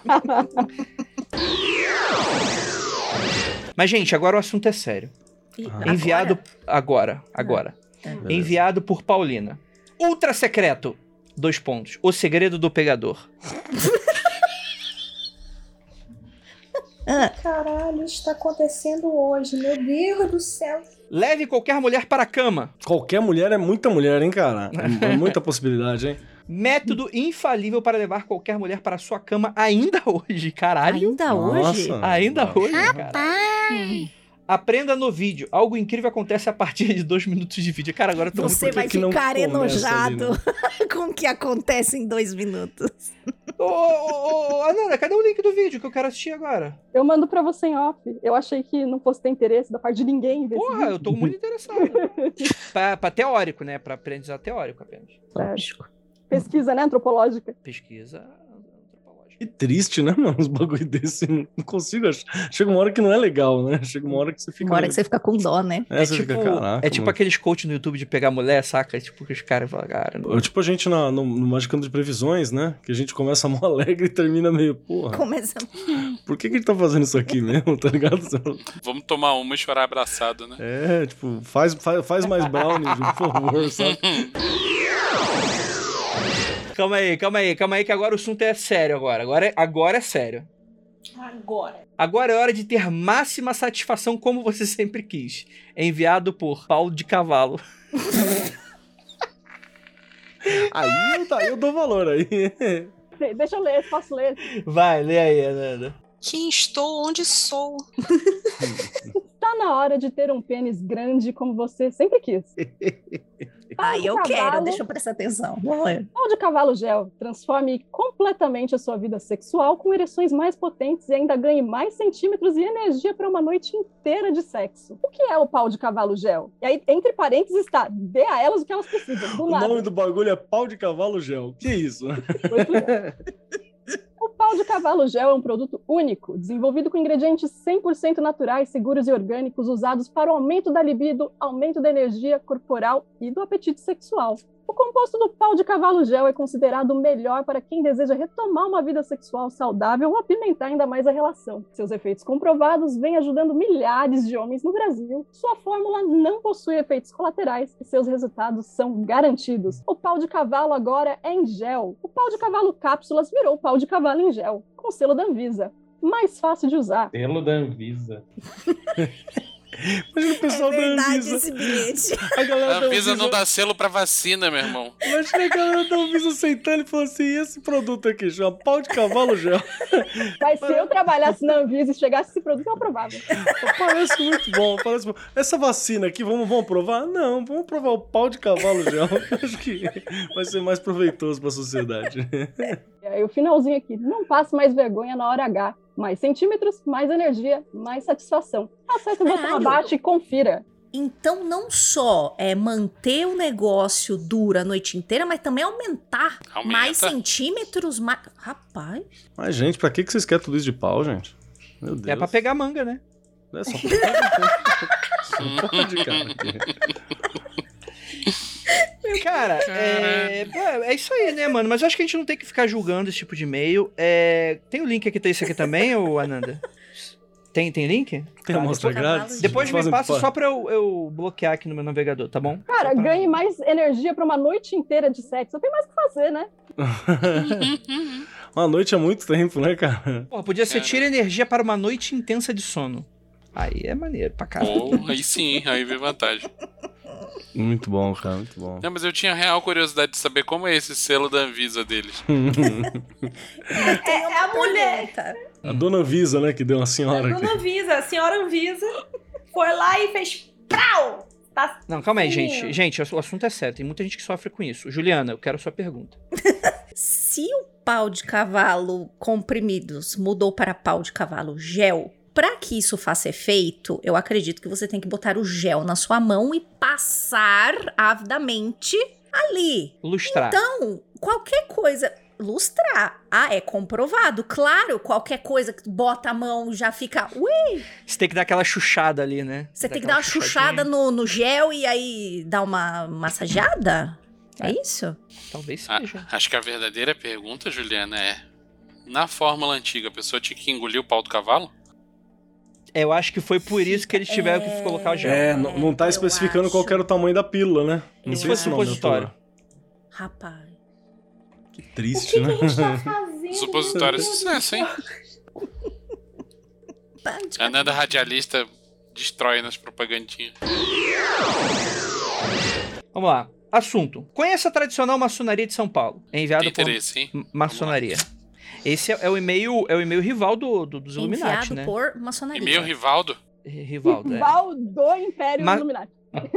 Mas, gente, agora o assunto é sério. E Ah. Enviado... Agora, agora. Ah. Enviado por Paulina. Ultra secreto. Dois pontos. O segredo do pegador. Caralho, isso tá acontecendo hoje. Meu Deus do céu. Leve qualquer mulher para a cama. Qualquer mulher é muita mulher, hein, cara? É, é muita possibilidade, hein? Método infalível para levar qualquer mulher para a sua cama ainda hoje. Caralho. Ainda hoje? Nossa. Ainda Nossa. hoje, cara. Aprenda no vídeo. Algo incrível acontece a partir de dois minutos de vídeo. Cara, agora eu tô Você muito... vai que não ficar começa enojado ali, né? com o que acontece em dois minutos. Ô, ô, ô, Ananda, cadê o link do vídeo que eu quero assistir agora? Eu mando pra você em off. Eu achei que não fosse ter interesse da parte de ninguém. Ver esse Porra, vídeo. eu tô muito interessado. pra, pra teórico, né? Pra aprendizado teórico apenas. Lógico. Pesquisa, né, antropológica. Pesquisa antropológica. Que triste, né, mano? Uns bagulho desse. Não consigo achar. Chega uma hora que não é legal, né? Chega uma hora que você fica. Uma hora que você fica com dó, né? É, É você tipo, fica, caraca. é tipo mano. aqueles coach no YouTube de pegar mulher, saca? É tipo que os caras falam, cara... Não... É tipo a gente na, no, no Magicando de Previsões, né? Que a gente começa mó alegre e termina meio, porra. Começa. Por que, que a gente tá fazendo isso aqui mesmo, tá ligado? Vamos tomar uma e chorar abraçado, né? É, tipo, faz, faz, faz mais brownie, por favor, sabe? Calma aí, calma aí, calma aí, que agora o assunto é sério agora. Agora é, agora é sério. Agora. Agora é hora de ter máxima satisfação como você sempre quis. É enviado por Paulo de Cavalo. Aí eu, tá, eu dou valor aí. Deixa eu ler, posso ler. Vai, lê aí, Ananda. Quem estou, onde sou? Tá na hora de ter um pênis grande como você sempre quis. Ah, eu Cavalo. quero, deixa eu prestar atenção. Vamos ler. Pau de cavalo gel. Transforme completamente a sua vida sexual com ereções mais potentes e ainda ganhe mais centímetros e energia para uma noite inteira de sexo. O que é o pau de cavalo gel? E aí, entre parênteses, está: dê a elas o que elas precisam. Do O nada. nome do bagulho é pau de cavalo gel. Que isso? Vou explicar. O pau de cavalo gel é um produto único, desenvolvido com ingredientes cem por cento naturais, seguros e orgânicos, usados para o aumento da libido, aumento da energia corporal e do apetite sexual. O composto do pau de cavalo gel é considerado o melhor para quem deseja retomar uma vida sexual saudável ou apimentar ainda mais a relação. Seus efeitos comprovados vêm ajudando milhares de homens no Brasil. Sua fórmula não possui efeitos colaterais e seus resultados são garantidos. O pau de cavalo agora é em gel. O pau de cavalo cápsulas virou pau de cavalo em gel, com selo da Anvisa. Mais fácil de usar. Selo da Anvisa. Imagina o pessoal é verdade da Anvisa. Esse bilhete. A galera A da Anvisa não dá selo pra vacina, meu irmão. Imagina a galera da Anvisa sentando e falando assim, esse produto aqui chama pau de cavalo gel. Mas se eu trabalhasse na Anvisa e chegasse esse produto, eu aprovava. Parece muito bom, parece bom. Essa vacina aqui, vamos, vamos provar? Não, vamos provar o pau de cavalo gel, que eu acho que vai ser mais proveitoso pra sociedade. E aí o finalzinho aqui, não passe mais vergonha na hora H. Mais centímetros, mais energia, mais satisfação. Acesse o botão abaixo e confira. Então não só é manter o negócio duro a noite inteira, mas também aumentar Aumenta. mais centímetros, mais... Rapaz. Mas, gente, pra que que vocês querem tudo isso de pau, gente? Meu Deus. É pra pegar manga, né? É só Não pode, cara. Cara, é... é isso aí, né, mano? Mas eu acho que a gente não tem que ficar julgando esse tipo de e-mail. É... Tem o link aqui, tem isso aqui também, ô Ananda? Tem, tem link? Tem amostra grátis? Depois me Fazem passa parte. só pra eu, eu bloquear aqui no meu navegador, tá bom? Cara, Só pra- ganhe mais energia pra uma noite inteira de sexo. Não tem mais o que fazer, né? Uma noite é muito tempo, né, cara? Porra, podia ser Cara. tira energia para uma noite intensa de sono. Aí é maneiro pra caralho. Pô, aí sim, aí vem vantagem. Muito bom, cara, muito bom. Não, mas eu tinha real curiosidade de saber como é esse selo da Anvisa deles. É, é a mulher. A dona Anvisa, né, que deu uma A senhora aqui. dona Anvisa, a senhora Anvisa, foi lá e fez prau! Tá Não, calma aí, Sim. gente. Gente, o assunto é sério. Tem muita gente que sofre com isso. Juliana, eu quero a sua pergunta. Se o pau de cavalo comprimidos mudou para pau de cavalo gel, para que isso faça efeito, eu acredito que você tem que botar o gel na sua mão e passar avidamente ali. Lustrar. Então, qualquer coisa... Lustrar. Ah, é comprovado. Claro, qualquer coisa que tu bota a mão já fica... Ui! Você tem que dar aquela chuchada ali, né? Você tem que dar uma chuchada no, no gel e aí dar uma massageada? É, É. isso? Talvez Ah, seja. acho que a verdadeira pergunta, Juliana, é: na fórmula antiga, a pessoa tinha que engolir o pau do cavalo? É, eu acho que foi por isso que eles tiveram que colocar o gel. É, não, não tá eu especificando acho. qual que era o tamanho da pílula, né? Não Eu sei acho. se não, Supositório. Rapaz. Que O triste, que, que né? a gente tá fazendo? Supositório é meu Deus sucesso, do hein? Pau de A Nanda radialista destrói nas propagandinhas. Vamos lá. Assunto. Conheça a tradicional maçonaria de São Paulo. É enviado Tem por interesse, hein? M- maçonaria. Esse é, é o e-mail, é o e-mail rival do, do- dos Illuminati, Enviado né? por maçonaria. E-mail Rivaldo? Rivaldo, é. Val do Império Mas- Illuminati.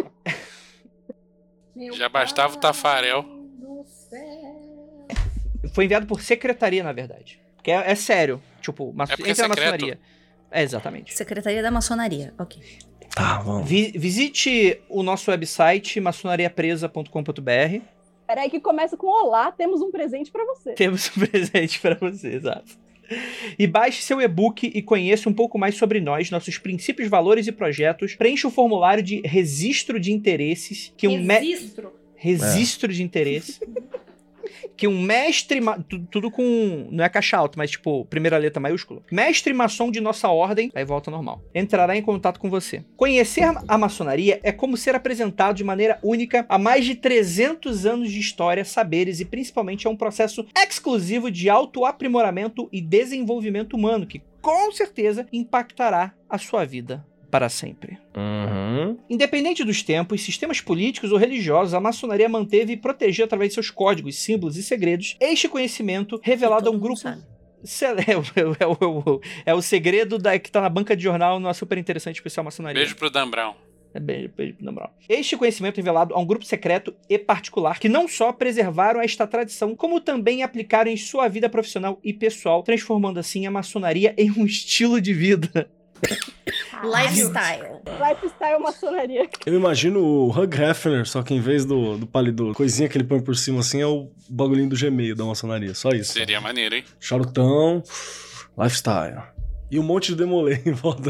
Meu Já bastava o pai Tafarel. do céu. Foi enviado por secretaria, na verdade. Que é, é sério. Tipo, ma- É porque é entra na secreto. maçonaria. É, exatamente. Secretaria da Maçonaria, ok. Tá, vamos. Vi- visite o nosso website maçonariapresa ponto com ponto b r. Peraí que começa com olá, temos um presente pra você. Temos um presente para você, exato. E baixe seu e-book e conheça um pouco mais sobre nós, nossos princípios, valores e projetos. Preencha o formulário de registro de interesses que um me- Registro. registro de interesse que um mestre, ma- tu- tudo com, não é caixa alta, mas tipo, primeira letra maiúscula, mestre maçom de nossa ordem, aí volta ao normal, entrará em contato com você. Conhecer a maçonaria é como ser apresentado de maneira única a mais de trezentos anos de história, saberes e principalmente é um processo exclusivo de autoaprimoramento e desenvolvimento humano que com certeza impactará a sua vida para sempre. Uhum. Independente dos tempos, sistemas políticos ou religiosos, a maçonaria manteve e protegeu através de seus códigos, símbolos e segredos este conhecimento revelado a um Todo mundo grupo... sabe. Cele- É, o- é o- é o- é o segredo da, que tá na banca de jornal no super interessante especial maçonaria. Beijo pro Dan Brown. É beijo, beijo, na moral. Este conhecimento revelado a um grupo secreto e particular que não só preservaram esta tradição, como também aplicaram em sua vida profissional e pessoal, transformando assim a maçonaria em um estilo de vida. Lifestyle. Lifestyle maçonaria. Eu imagino o Hugh Hefner, só que em vez do, do palidor, coisinha que ele põe por cima assim, é o bagulhinho do Gmail da maçonaria. Só isso. Seria maneiro, hein? Charutão, lifestyle. E um monte de demolê em volta.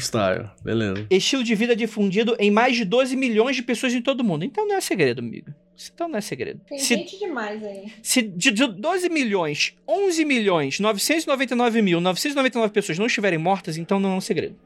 Lifestyle. Beleza. Estilo de vida difundido em mais de doze milhões de pessoas em todo o mundo. Então não é segredo, amigo. Então não é segredo. Tem Se, gente demais aí. se de doze milhões, onze milhões, novecentos e noventa e nove mil, novecentos e noventa e nove pessoas não estiverem mortas, então não é um segredo.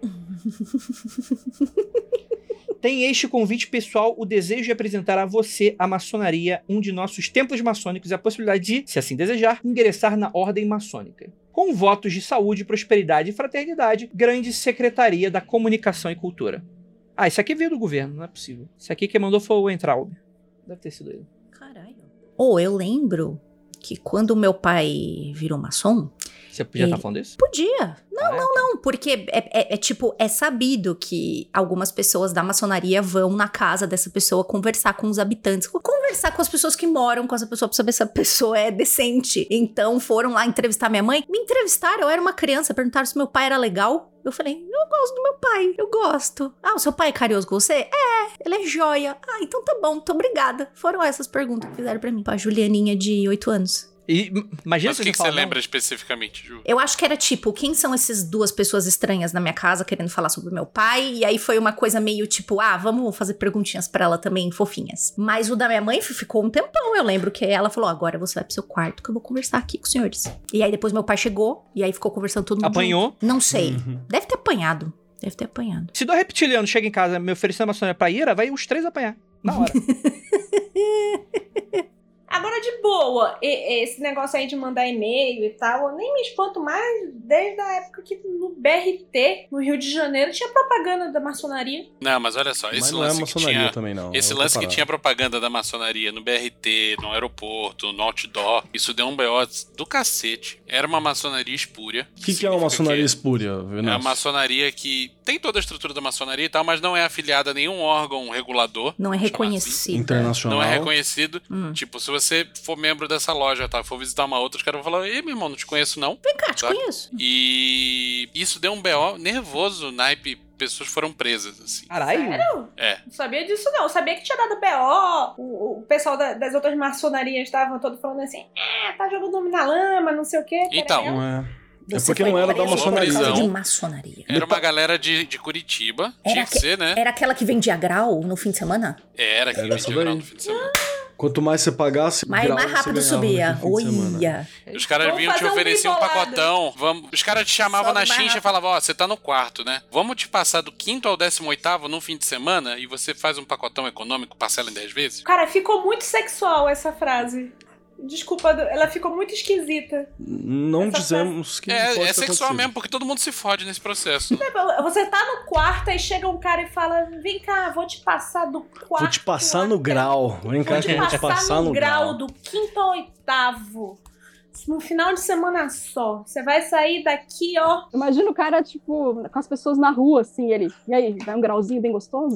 Tem este convite pessoal o desejo de apresentar a você, a maçonaria, um de nossos templos maçônicos e a possibilidade de, se assim desejar, ingressar na ordem maçônica. Com votos de saúde, prosperidade e fraternidade, grande secretaria da comunicação e cultura. Ah, isso aqui veio do governo, não é possível. Isso aqui quem mandou foi o Entraub. Deve ter sido ele. Caralho. Ou oh, eu lembro que quando meu pai virou maçom... Você podia estar falando disso? Podia. Não, Ah, é? não, não. Porque é, é, é tipo, é sabido que algumas pessoas da maçonaria vão na casa dessa pessoa conversar com os habitantes. Conversar com as pessoas que moram com essa pessoa pra saber se a pessoa é decente. Então foram lá entrevistar minha mãe. Me entrevistaram, eu era uma criança. Perguntaram se meu pai era legal. Eu falei, eu gosto do meu pai, eu gosto. Ah, o seu pai é carinhoso com você? É, ele é joia. Ah, então tá bom, muito obrigada. Foram essas perguntas que fizeram pra mim. Pra Julianinha de oito anos. E imagina Mas se o que, que você fala, lembra não. especificamente, Ju? Eu acho que era tipo, quem são essas duas pessoas estranhas na minha casa querendo falar sobre o meu pai? E aí foi uma coisa meio tipo, ah, vamos fazer perguntinhas pra ela também, fofinhas. Mas o da minha mãe ficou um tempão. Eu lembro que ela falou, agora você vai pro seu quarto que eu vou conversar aqui com os senhores. E aí depois meu pai chegou e aí ficou conversando todo mundo. Apanhou? junto. Não sei. Uhum. Deve ter apanhado. Deve ter apanhado. Se dois reptilianos chegam em casa me oferecendo maçonaria pra Ira, vai os três apanhar. Na hora. Agora, de boa, e- esse negócio aí de mandar e-mail e tal, eu nem me espanto mais desde a época que no B R T, no Rio de Janeiro, tinha propaganda da maçonaria. Não, mas olha só, Mas esse não é lance que maçonaria tinha... também, não. Esse é outra lance que parada. tinha propaganda da maçonaria no B R T, no aeroporto, no outdoor, isso deu um B O do cacete. Era uma maçonaria espúria. O que, que é uma maçonaria que espúria, É Venâncio? a maçonaria que tem toda a estrutura da maçonaria e tal, mas não é afiliada a nenhum órgão regulador. Não é vamos chamar assim. reconhecida. Internacional. Não é reconhecido. Hum. Tipo, se você for membro dessa loja, tá? For visitar uma outra, os caras vão falar, ei, meu irmão, não te conheço, não. Vem cá, te Sabe? conheço. E isso deu um B O nervoso, naipe. Pessoas foram presas, assim. Caralho. Sério? É. Não sabia disso, não. Eu sabia que tinha dado B O. O, o pessoal da- das outras maçonarias estavam todo falando assim, é, tá jogando nome na lama, não sei o quê. Então, Peraí. Não é. É Você porque foi não era da preso por maçonaria. causa de Prisão. maçonaria. Era uma galera de, de Curitiba. Era Tinha que que- ser, né? Era aquela que vendia grau no fim de semana? Era que Era essa vendia grau daí. no fim de semana. Quanto mais você pagasse, Mas grau mais você rápido ganhava subia. naquele fim de semana. Olha. Os caras Vamos vinham, te fazer um ofereciam um bibolado. pacotão. Vamos... Os caras te chamavam Sobe na mais chincha e rápido. falavam, ó, você tá no quarto, né? Vamos te passar do quinto ao décimo oitavo num fim de semana e você faz um pacotão econômico, parcela em dez vezes? Cara, ficou muito sexual essa frase. Desculpa, ela ficou muito esquisita. Não Essa dizemos que É, pode é ter sexual acontecido. mesmo, porque todo mundo se fode nesse processo. Você tá no quarto, aí chega um cara e fala, vem cá, vou te passar do quarto. Vou te passar no até- grau. Vem cá Vou que te eu vou te passar, passar no, grau, do quinto ao oitavo. No final de semana só. Você vai sair daqui, ó. Imagina o cara, tipo, com as pessoas na rua, assim, ele. E aí, vai um grauzinho bem gostoso?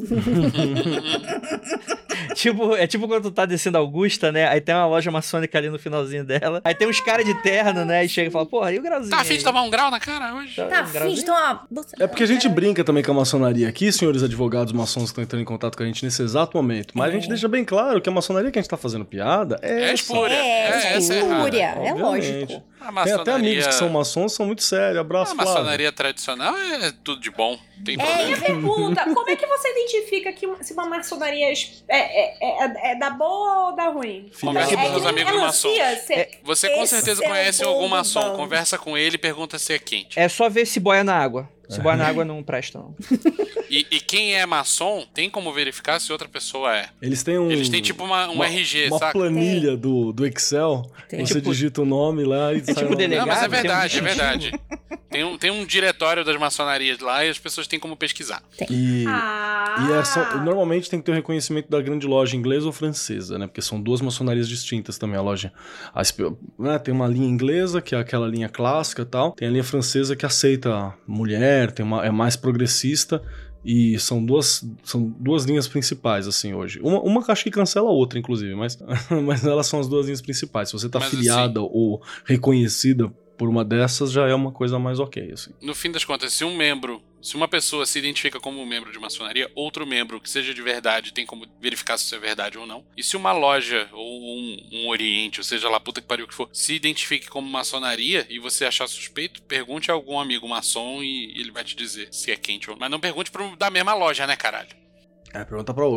Tipo, é tipo quando tu tá descendo a Augusta, né? Aí tem uma loja maçônica ali no finalzinho dela. Aí tem uns caras de terno, né? E chega e fala, porra, e o grauzinho? Tá afim aí? de tomar um grau na cara hoje? Tá, Tá um afim grauzinho? de tomar... É porque a gente brinca também com a maçonaria aqui, senhores advogados maçons que estão entrando em contato com a gente nesse exato momento. Mas a gente deixa bem claro que a maçonaria que a gente tá fazendo piada é, É essa. espúria. É, É, é essa é errada. espúria, é Obviamente. lógico. A Tem até amigos que são maçons, são muito sérios. Abraço, A Flávio. maçonaria tradicional é tudo de bom. Tem Minha problema. pergunta, como é que você identifica que uma- se uma maçonaria é, é, é, é da boa ou da ruim? Conversa Filhada. com É que seus nem amigos maçons. melancia, você- Você com Esse certeza é o conhece bom algum do maçom. bom. Conversa com ele e pergunta se é quente. É só ver se boia na água. Se boia na água não presta, não. E, e quem é maçom tem como verificar se outra pessoa é. Eles têm um. Eles têm tipo uma, um uma, R G, uma saca? planilha do, do Excel. Tem. Você Tipo- digita o nome lá e sai tipo lá. delegado. Não, mas é tem um verdade, é distintivo. verdade. Tem um, tem um diretório das maçonarias lá e as pessoas têm como pesquisar. E, Ah. e é só- normalmente tem que ter o reconhecimento da grande loja inglesa ou francesa, né? Porque são duas maçonarias distintas também. A loja. A, esp- né, tem uma linha inglesa, que é aquela linha clássica e tal. Tem a linha francesa que aceita mulher, tem uma, é mais progressista. E são duas, são duas linhas principais, assim, hoje. Uma, uma que acho que cancela a outra, inclusive, mas, mas elas são as duas linhas principais. Se você tá Mas, afiliada ou reconhecida por uma dessas, já é uma coisa mais ok, assim. No fim das contas, se um membro, se uma pessoa se identifica como um membro de maçonaria, outro membro que seja de verdade tem como verificar se isso é verdade ou não. E se uma loja ou um, um oriente, ou seja lá, puta que pariu que for, se identifique como maçonaria e você achar suspeito, pergunte a algum amigo maçom e ele vai te dizer se é quente ou não. Mas não pergunte pro da mesma loja, né, caralho? É, pergunta pra outro.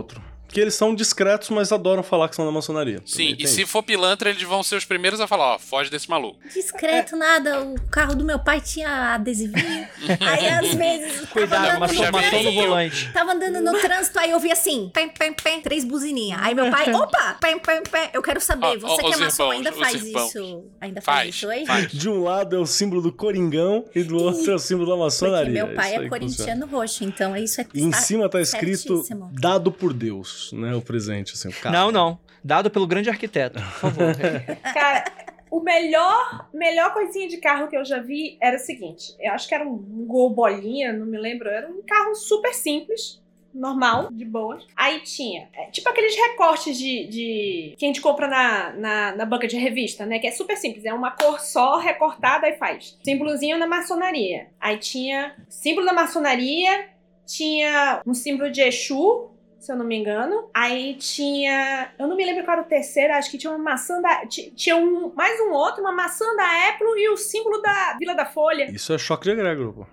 Que eles são discretos, mas adoram falar que são da maçonaria. Sim, e se for pilantra, eles vão ser os primeiros a falar, ó, foge desse maluco. Discreto, nada. O carro do meu pai tinha adesivinho. Aí, às vezes... Cuidado, maçom, no maçom no volante. Tava andando no trânsito, aí eu vi assim, pem, pem, pem, três buzininhas. Aí meu pai, opa, pem, pem, pem. Eu quero saber, Ó, você ó, que é os maçom irmãos, ainda os faz irmãos. isso? Ainda faz, Faz, isso aí? faz. De um lado é o símbolo do Coringão e do outro é o símbolo da maçonaria. Porque meu pai Isso é aí corintiano roxo, então isso é funciona. E em cima tá escrito, certíssimo. dado por Deus, né? O presente, assim, o carro. Não, não. Dado pelo grande arquiteto, por favor. Cara, o melhor, melhor coisinha de carro que eu já vi era o seguinte. Eu acho que era um Gol bolinha, não me lembro. Era um carro super simples, normal, de boa. Aí tinha, é, tipo aqueles recortes de, de que a gente compra na, na, na banca de revista, né? Que é super simples. É uma cor só, recortada, e faz. Símbolozinho na maçonaria. Aí tinha símbolo da maçonaria, tinha um símbolo de Exu, se eu não me engano. Aí tinha... Eu não me lembro qual era o terceiro. Acho que tinha uma maçã da... Tinha um, mais um outro, uma maçã da Apple e o símbolo da Vila da Folha. Isso é choque de egrégor, pô.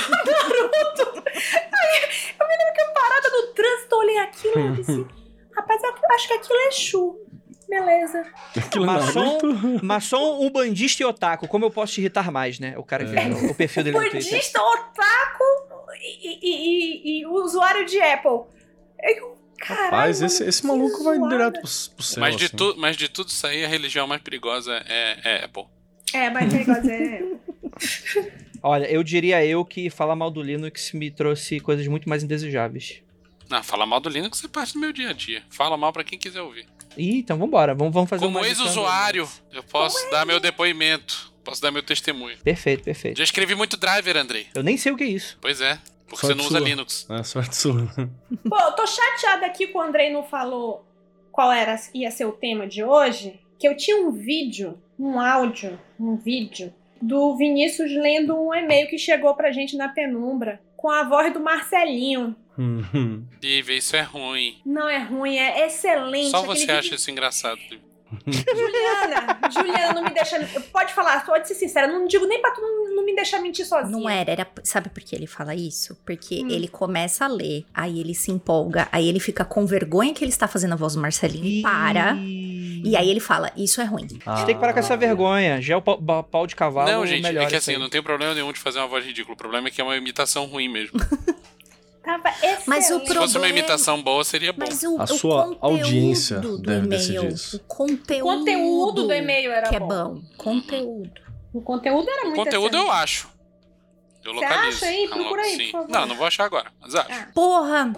Naruto! Aí, eu me lembro que eu parada no trânsito, olhei aquilo e eu disse... Rapaz, eu acho que aquilo é Exu. Beleza. Aquilo Maçom, Naruto. maçom, umbandista e otaku. Como eu posso te irritar mais, né? O cara que É. o, o perfil dele no Twitter. Budista, otaku e, e, e, e usuário de Apple. Eu, caralho, Rapaz, esse, esse que maluco vai zoada. direto pro, pro céu. Mas de, assim. tu, mas de tudo isso aí, a religião mais perigosa é, é Apple. É, mas o negócio é... Olha, eu diria eu que falar mal do Linux me trouxe coisas muito mais indesejáveis. Não, falar mal do Linux é parte do meu dia a dia. Fala mal pra quem quiser ouvir. Ih, então vambora. Vamos, vamos fazer Como uma ex-usuário, eu posso dar meu depoimento. Posso dar meu testemunho. Perfeito, perfeito. Já escrevi muito driver, Andrei. Eu nem sei o que é isso. Pois é, porque Sorte você não usa sua. Linux. É, sorte sua. Pô, eu tô chateada aqui que o Andrei não falou qual era, ia ser o tema de hoje, que eu tinha um vídeo, um áudio, um vídeo, do Vinícius lendo um e-mail que chegou pra gente na Penumbra, com a voz do Marcelinho. Lívia, isso é ruim. Não é ruim, é excelente. Só Aquele você vídeo- acha isso engraçado, Lívia. Juliana, Juliana, não me deixa... Pode falar, pode ser sincera, não digo nem pra tu não, não me deixar mentir sozinha. Não era, era. Sabe por que ele fala isso? Porque Hum. ele começa a ler, aí ele se empolga, aí ele fica com vergonha que ele está fazendo a voz do Marcelinho e para. E aí ele fala: Isso é ruim. A gente tem que parar com essa vergonha. Já é o pau, ba- pau de cavalo. Não, gente, melhor é que isso assim, aí. eu não tenho problema nenhum de fazer uma voz ridícula. O problema é que é uma imitação ruim mesmo. Tava excelente. Mas o Se fosse uma problema- imitação boa, seria bom. Mas o, A o sua conteúdo audiência do deve e-mail, decidir isso. o conteúdo, O conteúdo do e-mail era que é bom. bom. Conteúdo. O conteúdo era O muito conteúdo eu excelente. acho. Eu Você localizo. acha aí? Ah, Procura aí, sim. por favor. Não, não vou achar agora, mas acho. Ah. Porra!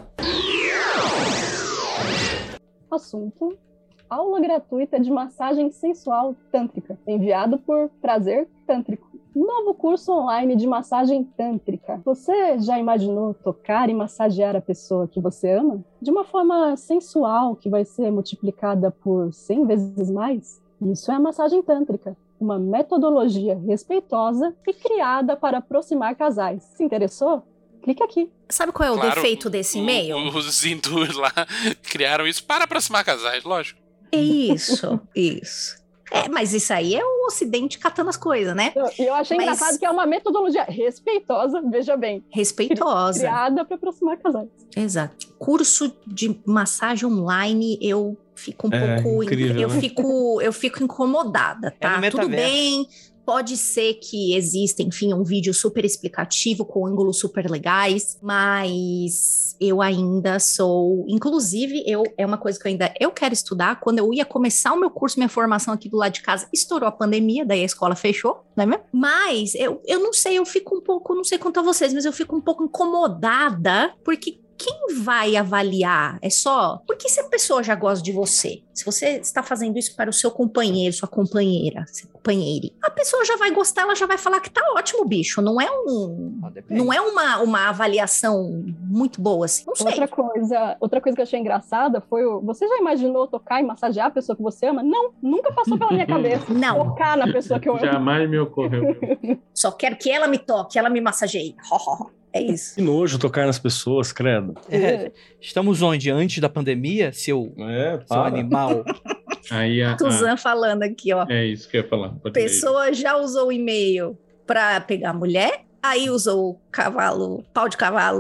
Assunto: aula gratuita de massagem sensual tântrica, enviado por Prazer Tântrico. Novo curso online de massagem tântrica. Você já imaginou tocar e massagear a pessoa que você ama? De uma forma sensual, que vai ser multiplicada por cem vezes mais? Isso é a massagem tântrica. Uma metodologia respeitosa e criada para aproximar casais. Se interessou? Clique aqui. Sabe qual é o Claro, defeito desse o- e-mail? Os hindus lá criaram isso para aproximar casais, lógico. Isso, isso. É, mas isso aí é o Ocidente catando as coisas, né? E eu achei Mas- engraçado que é uma metodologia respeitosa, veja bem, Respeitosa. criada para aproximar casais. Exato. Curso de massagem online, eu fico um É, pouco. incrível, eu, né? fico, eu fico incomodada, É no tá? Tudo metaverso. bem. Pode ser que exista, enfim, um vídeo super explicativo com ângulos super legais, mas eu ainda sou, inclusive, eu é uma coisa que eu ainda eu quero estudar. Quando eu ia começar o meu curso, minha formação aqui do lado de casa, estourou a pandemia, daí a escola fechou, não é mesmo? Mas eu, eu não sei, eu fico um pouco, não sei quanto a vocês, mas eu fico um pouco incomodada, porque quem vai avaliar? É só... Porque se a pessoa já gosta de você, se você está fazendo isso para o seu companheiro, sua companheira, seu companheiro, a pessoa já vai gostar, ela já vai falar que tá ótimo, bicho. Não é um... Ah, depende. Não é uma, uma avaliação muito boa, assim. Não sei. Outra coisa, outra coisa que eu achei engraçada foi o... Você já imaginou tocar e massagear a pessoa que você ama? Não, nunca passou pela minha cabeça. Não. Tocar na pessoa que eu amo. Jamais me ocorreu. Só quero que ela me toque, ela me massageie. É isso. Que nojo tocar nas pessoas, credo. É, estamos onde? Antes da pandemia, seu, É, seu para. animal? Aí a, a- Tuzan falando aqui, ó. é isso que eu ia falar. Pode ler. Pessoa já usou o e-mail pra pegar mulher, aí usou o cavalo, pau de cavalo,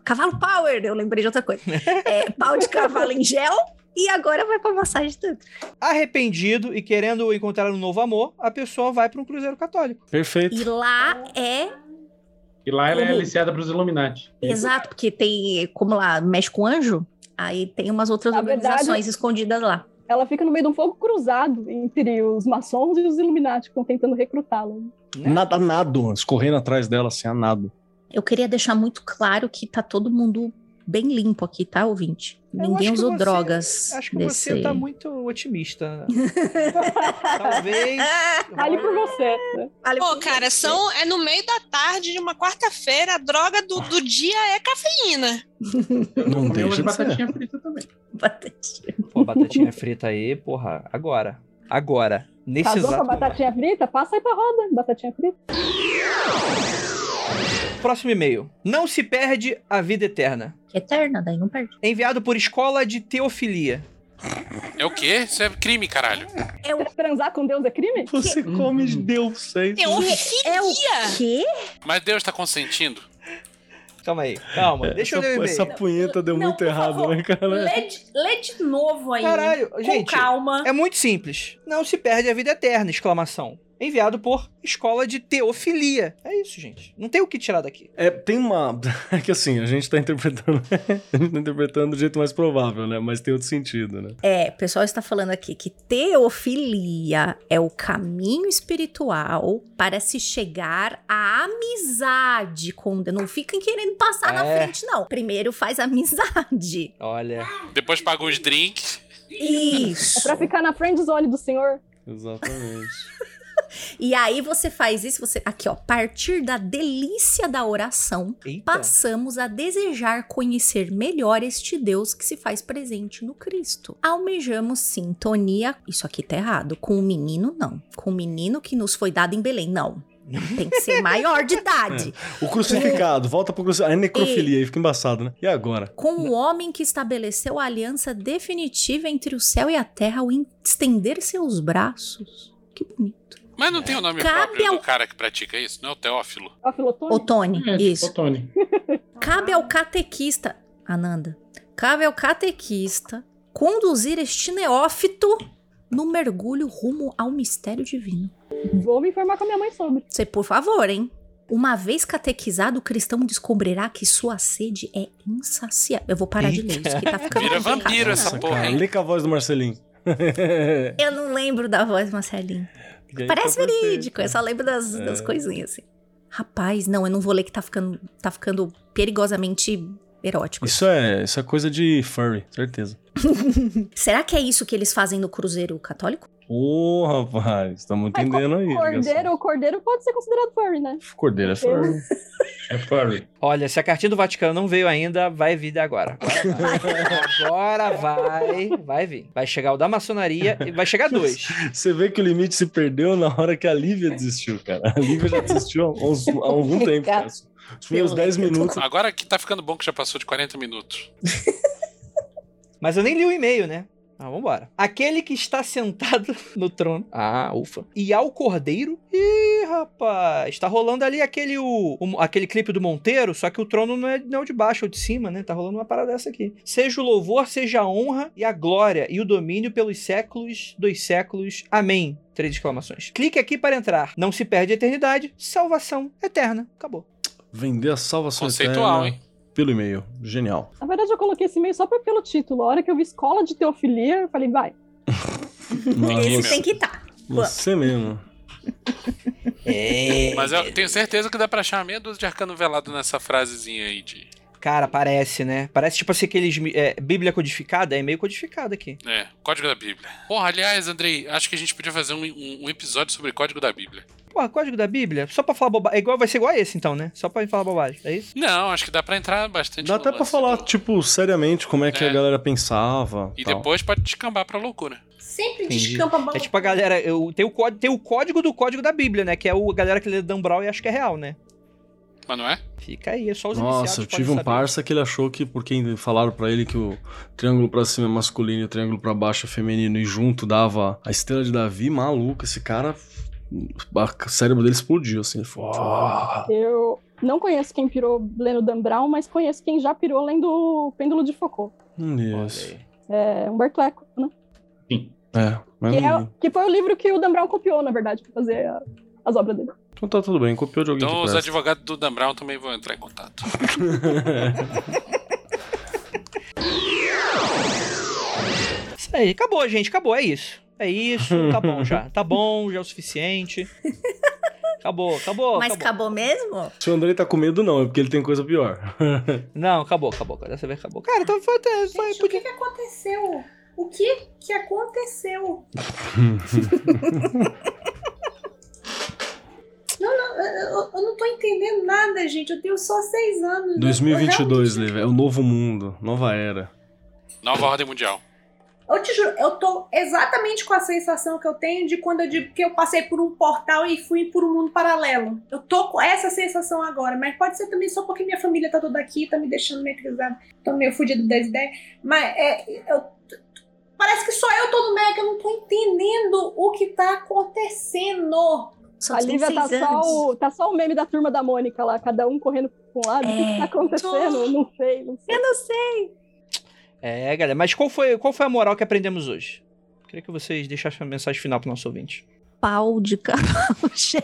cavalo power, eu lembrei de outra coisa. É, pau de cavalo em gel e agora vai pra massagem tântrica. Arrependido e querendo encontrar um novo amor, a pessoa vai pra um cruzeiro católico. Perfeito. E lá é... E lá ela é Como? aliciada pros Illuminati. Exato, porque tem, como lá, mexe com anjo, aí tem umas outras Na organizações verdade- escondidas lá. Ela fica no meio de um fogo cruzado entre os maçons e os Illuminati que estão tentando recrutá-la. Nada a nado, escorrendo atrás dela, assim, a nado. Eu queria deixar muito claro que tá todo mundo bem limpo aqui, tá, ouvinte? Eu Ninguém acho que usou você- drogas. Acho que desse... você tá muito otimista. Talvez. Fale por você. Né? Vale Pô, por cara, você. são, é no meio da tarde de uma quarta-feira, a droga do, do dia é cafeína. Não Comeu deixa umas de ser. batatinha frita também. Batatinha. Pô, batatinha frita aí, porra. Agora. Agora. Nesse Casou com a exato momento. batatinha frita? Passa aí pra roda, batatinha frita. Próximo e-mail. Não se perde a vida eterna. Eterna, daí não perde. Enviado por Escola de Teofilia. É o quê? Isso é crime, caralho. É o, Transar com Deus é crime? Você come de Deus, é isso. É um é o quê? Mas Deus tá consentindo? Calma aí, calma. Deixa eu essa, ler o e-mail. essa punheta deu Não, muito por errado, favor, né, cara? Lê de, lê de novo aí. Caralho, com gente, calma. É muito simples. Não se perde a vida eterna, exclamação. Enviado por Escola de Teofilia. É isso, gente. Não tem o que tirar daqui. É, tem uma... É que assim, a gente tá interpretando... a gente tá interpretando do jeito mais provável, né? Mas tem outro sentido, né? É, o pessoal está falando aqui que teofilia é o caminho espiritual para se chegar à amizade com Deus. Não fiquem querendo passar na É. frente, não. Primeiro faz amizade. Olha. Depois paga uns drinks. Isso. Pra ficar na friend zone do senhor. Exatamente. E aí você faz isso, você aqui ó, a partir da delícia da oração, Eita. passamos a desejar conhecer melhor este Deus que se faz presente no Cristo. Almejamos sintonia, isso aqui tá errado, com o menino não, com o menino que nos foi dado em Belém, não. Tem que ser maior de idade. O crucificado, volta pro crucificado. É necrofilia, aí fica embaçado, né? E agora? Com o homem que estabeleceu a aliança definitiva entre o céu e a terra ao estender seus braços. Que bonito. Mas não tem o nome Cabe próprio ao- do cara que pratica isso? Não é o Teófilo? Ó, filotone. Ô, Tony, É, isso. tipo o Tony. Cabe ao catequista, Ananda, cabe ao catequista conduzir este neófito no mergulho rumo ao mistério divino. Vou me informar com a minha mãe sobre. Você, por favor, hein? Uma vez catequizado, o cristão descobrirá que sua sede é insaciável. Eu vou parar de ler isso, que tá ficando... Vira complicado. vampiro essa Nossa, porra, cara, hein? lê com a voz do Marcelinho. Eu não lembro da voz, Marcelinho. E aí Parece tá perfeito. verídico, eu só lembro das, É. das coisinhas assim. Rapaz, não, eu não vou ler que tá ficando, tá ficando perigosamente erótico. Isso é, isso é coisa de furry, certeza. Será que é isso que eles fazem no cruzeiro católico? Ô, rapaz, estamos Mas entendendo aí. Cordeiro, o cordeiro pode ser considerado furry, né? ligação. Cordeiro é furry. É furry. Olha, se a cartinha do Vaticano não veio ainda, vai vir agora. Agora vai, vai vir. Vai chegar o da maçonaria e vai chegar dois. Você vê que o limite se perdeu na hora que a Lívia desistiu, cara. A Lívia já desistiu há, uns, há algum tempo, cara. Os primeiros dez minutos. Agora que tá ficando bom que já passou de quarenta minutos. Mas eu nem li o e-mail, né? Ah, vambora. Aquele que está sentado no trono. Ah, ufa. E ao cordeiro. Ih, rapaz. Tá rolando ali aquele, o, o- aquele clipe do Monteiro, só que o trono não é, não é o de baixo, é o de cima, né? Tá rolando uma parada dessa aqui. Seja o louvor, seja a honra e a glória e o domínio pelos séculos dos séculos. Amém. Três exclamações. Clique aqui para entrar. Não se perde a eternidade. Salvação eterna. Acabou. Vender a salvação Conceitual, eterna hein? pelo e-mail. Genial. Na verdade, eu coloquei esse e-mail só pra- pelo título. A hora que eu vi escola de teofilia, eu falei, vai. Mas Esse você, tem que estar. você mesmo. É. Mas eu tenho certeza que dá pra achar meia dúzia de arcano velado nessa frasezinha aí de... Cara, parece, né? Parece tipo assim aqueles é, Bíblia codificada, é meio codificado aqui. É, Código da Bíblia. Porra, aliás, Andrei, acho que a gente podia fazer um, um- um episódio sobre Código da Bíblia. Porra, código da Bíblia? Só pra falar bobagem. É igual, vai ser igual a esse então, né? Só pra falar bobagem, é isso? Não, acho que dá pra entrar bastante Dá no até pra lance falar, do- tipo, seriamente como é que É. a galera pensava. E tal. depois pode descambar pra loucura. Sempre Entendi. descampa a É tipo a galera. Eu, tem, o código, tem o código do código da Bíblia, né? Que é o, a galera que lê Dan Brown e acha que é real, né? Mas não é? Fica aí, é só os iniciados Nossa, eu podem tive um saber. parça que ele achou que, porque falaram pra ele que o triângulo pra cima é masculino e o triângulo pra baixo é feminino e junto dava a estrela de Davi, maluco, esse cara, o cérebro dele explodiu, assim, ele falou, "Ah." Eu, Não conheço quem pirou lendo Dan Brown, mas conheço quem já pirou lendo Pêndulo de Foucault. Isso. É Humberto Eco, né? Sim. É, mas Que, não... é, que foi o livro que o Dan Brown copiou, na verdade, pra fazer a, as obras dele. Então tá tudo bem, copiou de alguém Então que os presta. advogados do Dan Brown também vão entrar em contato. Isso aí, acabou, gente, acabou, é isso. É isso, tá bom já. Tá bom, já é o suficiente. Acabou, acabou. Mas acabou. acabou mesmo? Se o Andrei tá com medo, não, é porque ele tem coisa pior. Não, acabou, acabou. Dessa vez acabou. Cara, então foi. foi Gente, o que, que aconteceu? O que que aconteceu? Não, não, eu, eu não tô entendendo nada, gente. Eu tenho só seis anos. dois mil e vinte e dois, eu, Liv, é o novo mundo, nova era. Nova ordem mundial. eu te juro, eu tô exatamente com a sensação que eu tenho de quando eu digo que eu passei por um portal e fui por um mundo paralelo. Eu tô com essa sensação agora, mas pode ser também só porque minha família tá toda aqui, tá me deixando meio atrasada, tô meio fudido das ideias. Mas é, eu, parece que só eu tô no meio, que eu não tô entendendo o que tá acontecendo. Só A tem Lívia tá seis só, anos. o, tá só o meme da turma da Mônica lá, cada um correndo pra um lado. O que, que tá acontecendo? Eu não sei, não sei. Eu não sei. É, galera, mas qual foi, qual foi a moral que aprendemos hoje? Queria que vocês deixassem uma mensagem final pro nosso ouvinte. Pau de cavalo cheio.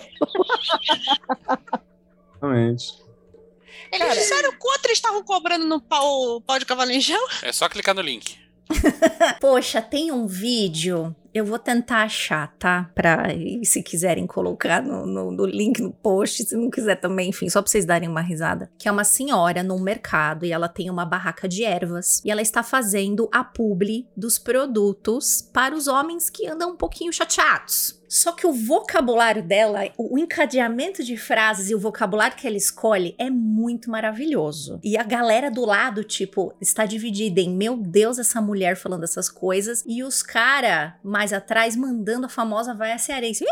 Exatamente. Eles Cara, disseram quanto eles estavam cobrando no pau, pau de cavalo em gel? É só clicar no link. Poxa, tem um vídeo. Eu vou tentar achar, tá? Pra, se quiserem colocar no, no, no link no post, se não quiser também, enfim, só pra vocês darem uma risada. Que é uma senhora num mercado e ela tem uma barraca de ervas e ela está fazendo a publi dos produtos para os homens que andam um pouquinho chateados. Só que o vocabulário dela, o encadeamento de frases e o vocabulário que ela escolhe é muito maravilhoso. E a galera do lado, tipo, está dividida em meu Deus, essa mulher falando essas coisas, e os cara mais atrás mandando a famosa vaia cearense.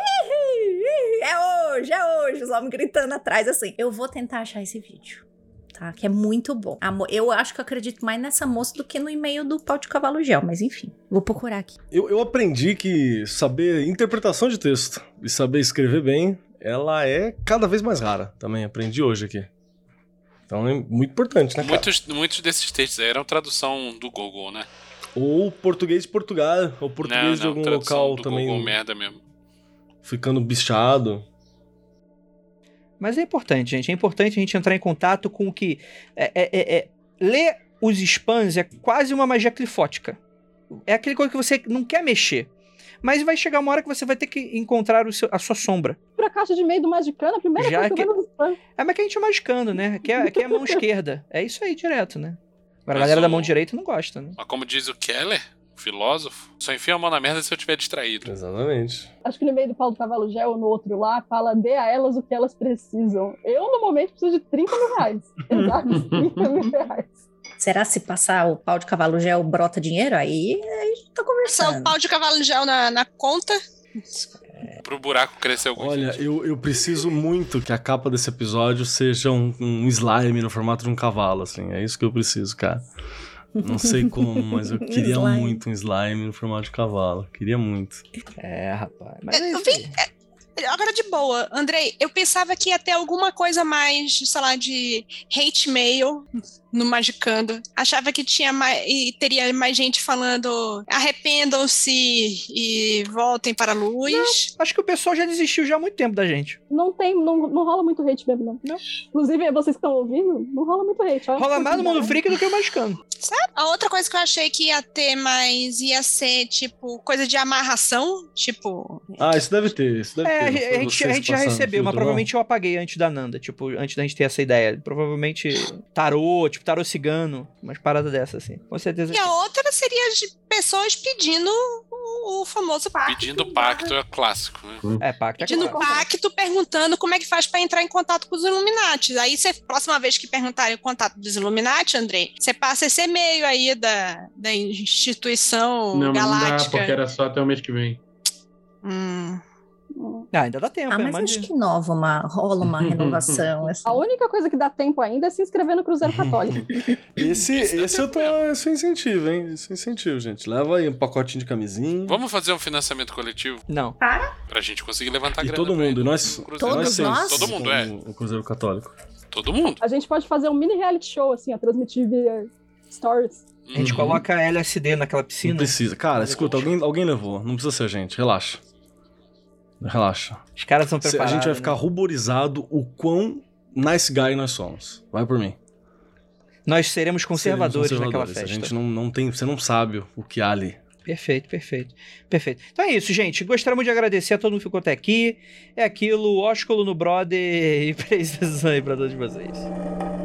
É hoje, é hoje, os homens gritando atrás assim. Eu vou tentar achar esse vídeo. Tá? Que é muito bom. Eu acho que eu acredito mais nessa moça do que no e-mail do pau de cavalo gel, mas enfim, vou procurar aqui. Eu, eu aprendi que saber interpretação de texto e saber escrever bem, ela é cada vez mais rara. Também aprendi hoje aqui. Então é muito importante, né, cara? Muitos, muitos desses textos aí eram tradução do Google, né? Ou português de Portugal, ou português não, de não, algum tradução local do também. Google merda mesmo. Ficando bichado. Mas é importante, gente. É importante a gente entrar em contato com o que... É, é, é, é, ler os spams é quase uma magia clifótica. É aquele coisa que você não quer mexer. Mas vai chegar uma hora que você vai ter que encontrar o seu, a sua sombra. Pra caixa de e-mail do Magicano, a primeira Já coisa que que- eu vendo no spam. É, mas que a gente é magicando, né? Aqui é, aqui é a mão esquerda. É isso aí, direto, né? Agora a Mas galera da o- mão direita não gosta, né? Mas como diz o Keller, o filósofo, só enfia a mão na merda se eu estiver distraído. Exatamente. Acho que no meio do Paulo do Cavalo Gel ou no outro lá, fala dê a elas o que elas precisam. Eu, no momento, preciso de trinta mil reais. Exatos, trinta mil reais. Será se passar o pau de cavalo gel brota dinheiro? Aí a gente tá Só conversando. o pau de cavalo em gel na, na conta. Pro buraco crescer algum Olha, centímetro. eu, eu preciso muito que a capa desse episódio seja um, um slime no formato de um cavalo, assim. É isso que eu preciso, cara. Não sei como, mas eu queria Slime. muito um slime no formato de cavalo. Queria muito. É, rapaz. Mas é Eu isso vi- aí. Agora de boa, Andrei, eu pensava que ia ter alguma coisa mais, sei lá, de hate mail no Magicando. Achava que tinha mais, e teria mais gente falando arrependam-se e voltem para a luz. Acho que o pessoal já desistiu já há muito tempo da gente. Não tem, não, não rola muito hate mesmo, não. Não. Inclusive, vocês que estão ouvindo, não rola muito hate. Olha Rola que mais no mundo coisa, freak do que o magicando. A outra coisa que eu achei que ia ter mais ia ser, tipo, coisa de amarração. Tipo, Ah, isso deve ter, isso deve É, ter. a Não gente, foi a gente, vocês a gente já passando recebeu, mas filtro, provavelmente eu apaguei antes da Nanda, tipo, antes da gente ter essa ideia. Provavelmente tarô, tipo, tarô cigano, umas paradas dessas, assim. Com certeza. e a outra seria de pessoas pedindo o, o famoso pacto. Pedindo pacto é clássico, né? É, pacto é Pedindo claro. pacto, perguntando como é que faz pra entrar em contato com os Illuminati. Aí, você, próxima vez que perguntarem o contato dos Illuminati, Andrei, você passa esse e-mail aí da, da instituição Não, mas não dá, galáctica. porque era só até o mês que vem. Hum. Ah, ainda dá tempo, Ah, né? mas Mande- acho que nova uma, rola uma renovação. assim. A única coisa que dá tempo ainda é se inscrever no Cruzeiro Católico. Esse, esse eu tô. Esse é incentivo, hein? Esse é incentivo, gente. Leva aí um pacotinho de camisinha. Vamos fazer um financiamento coletivo Não. pra gente conseguir levantar E grana todo pra mundo, ir e nós, no Cruzeiro. Todos nós seis nós? Todo mundo, é. O Cruzeiro Católico. Todo mundo. A gente pode fazer um mini reality show, assim, a transmitir via stories. A gente Uhum. coloca L S D naquela piscina. Não precisa. Cara, escuta, alguém, alguém levou. Não precisa ser a gente. Relaxa. Relaxa. Os caras são Cê- preparados. A gente vai ficar né? ruborizado o quão nice guy nós somos. Vai por mim. Nós seremos conservadores, Seremos naquela conservadores. festa. A gente não, não tem... Você não sabe o que há ali. Perfeito, perfeito. Perfeito. Então é isso, gente. Gostaríamos de agradecer a todo mundo que ficou até aqui. É aquilo, ósculo no brother e precisão aí pra todos vocês.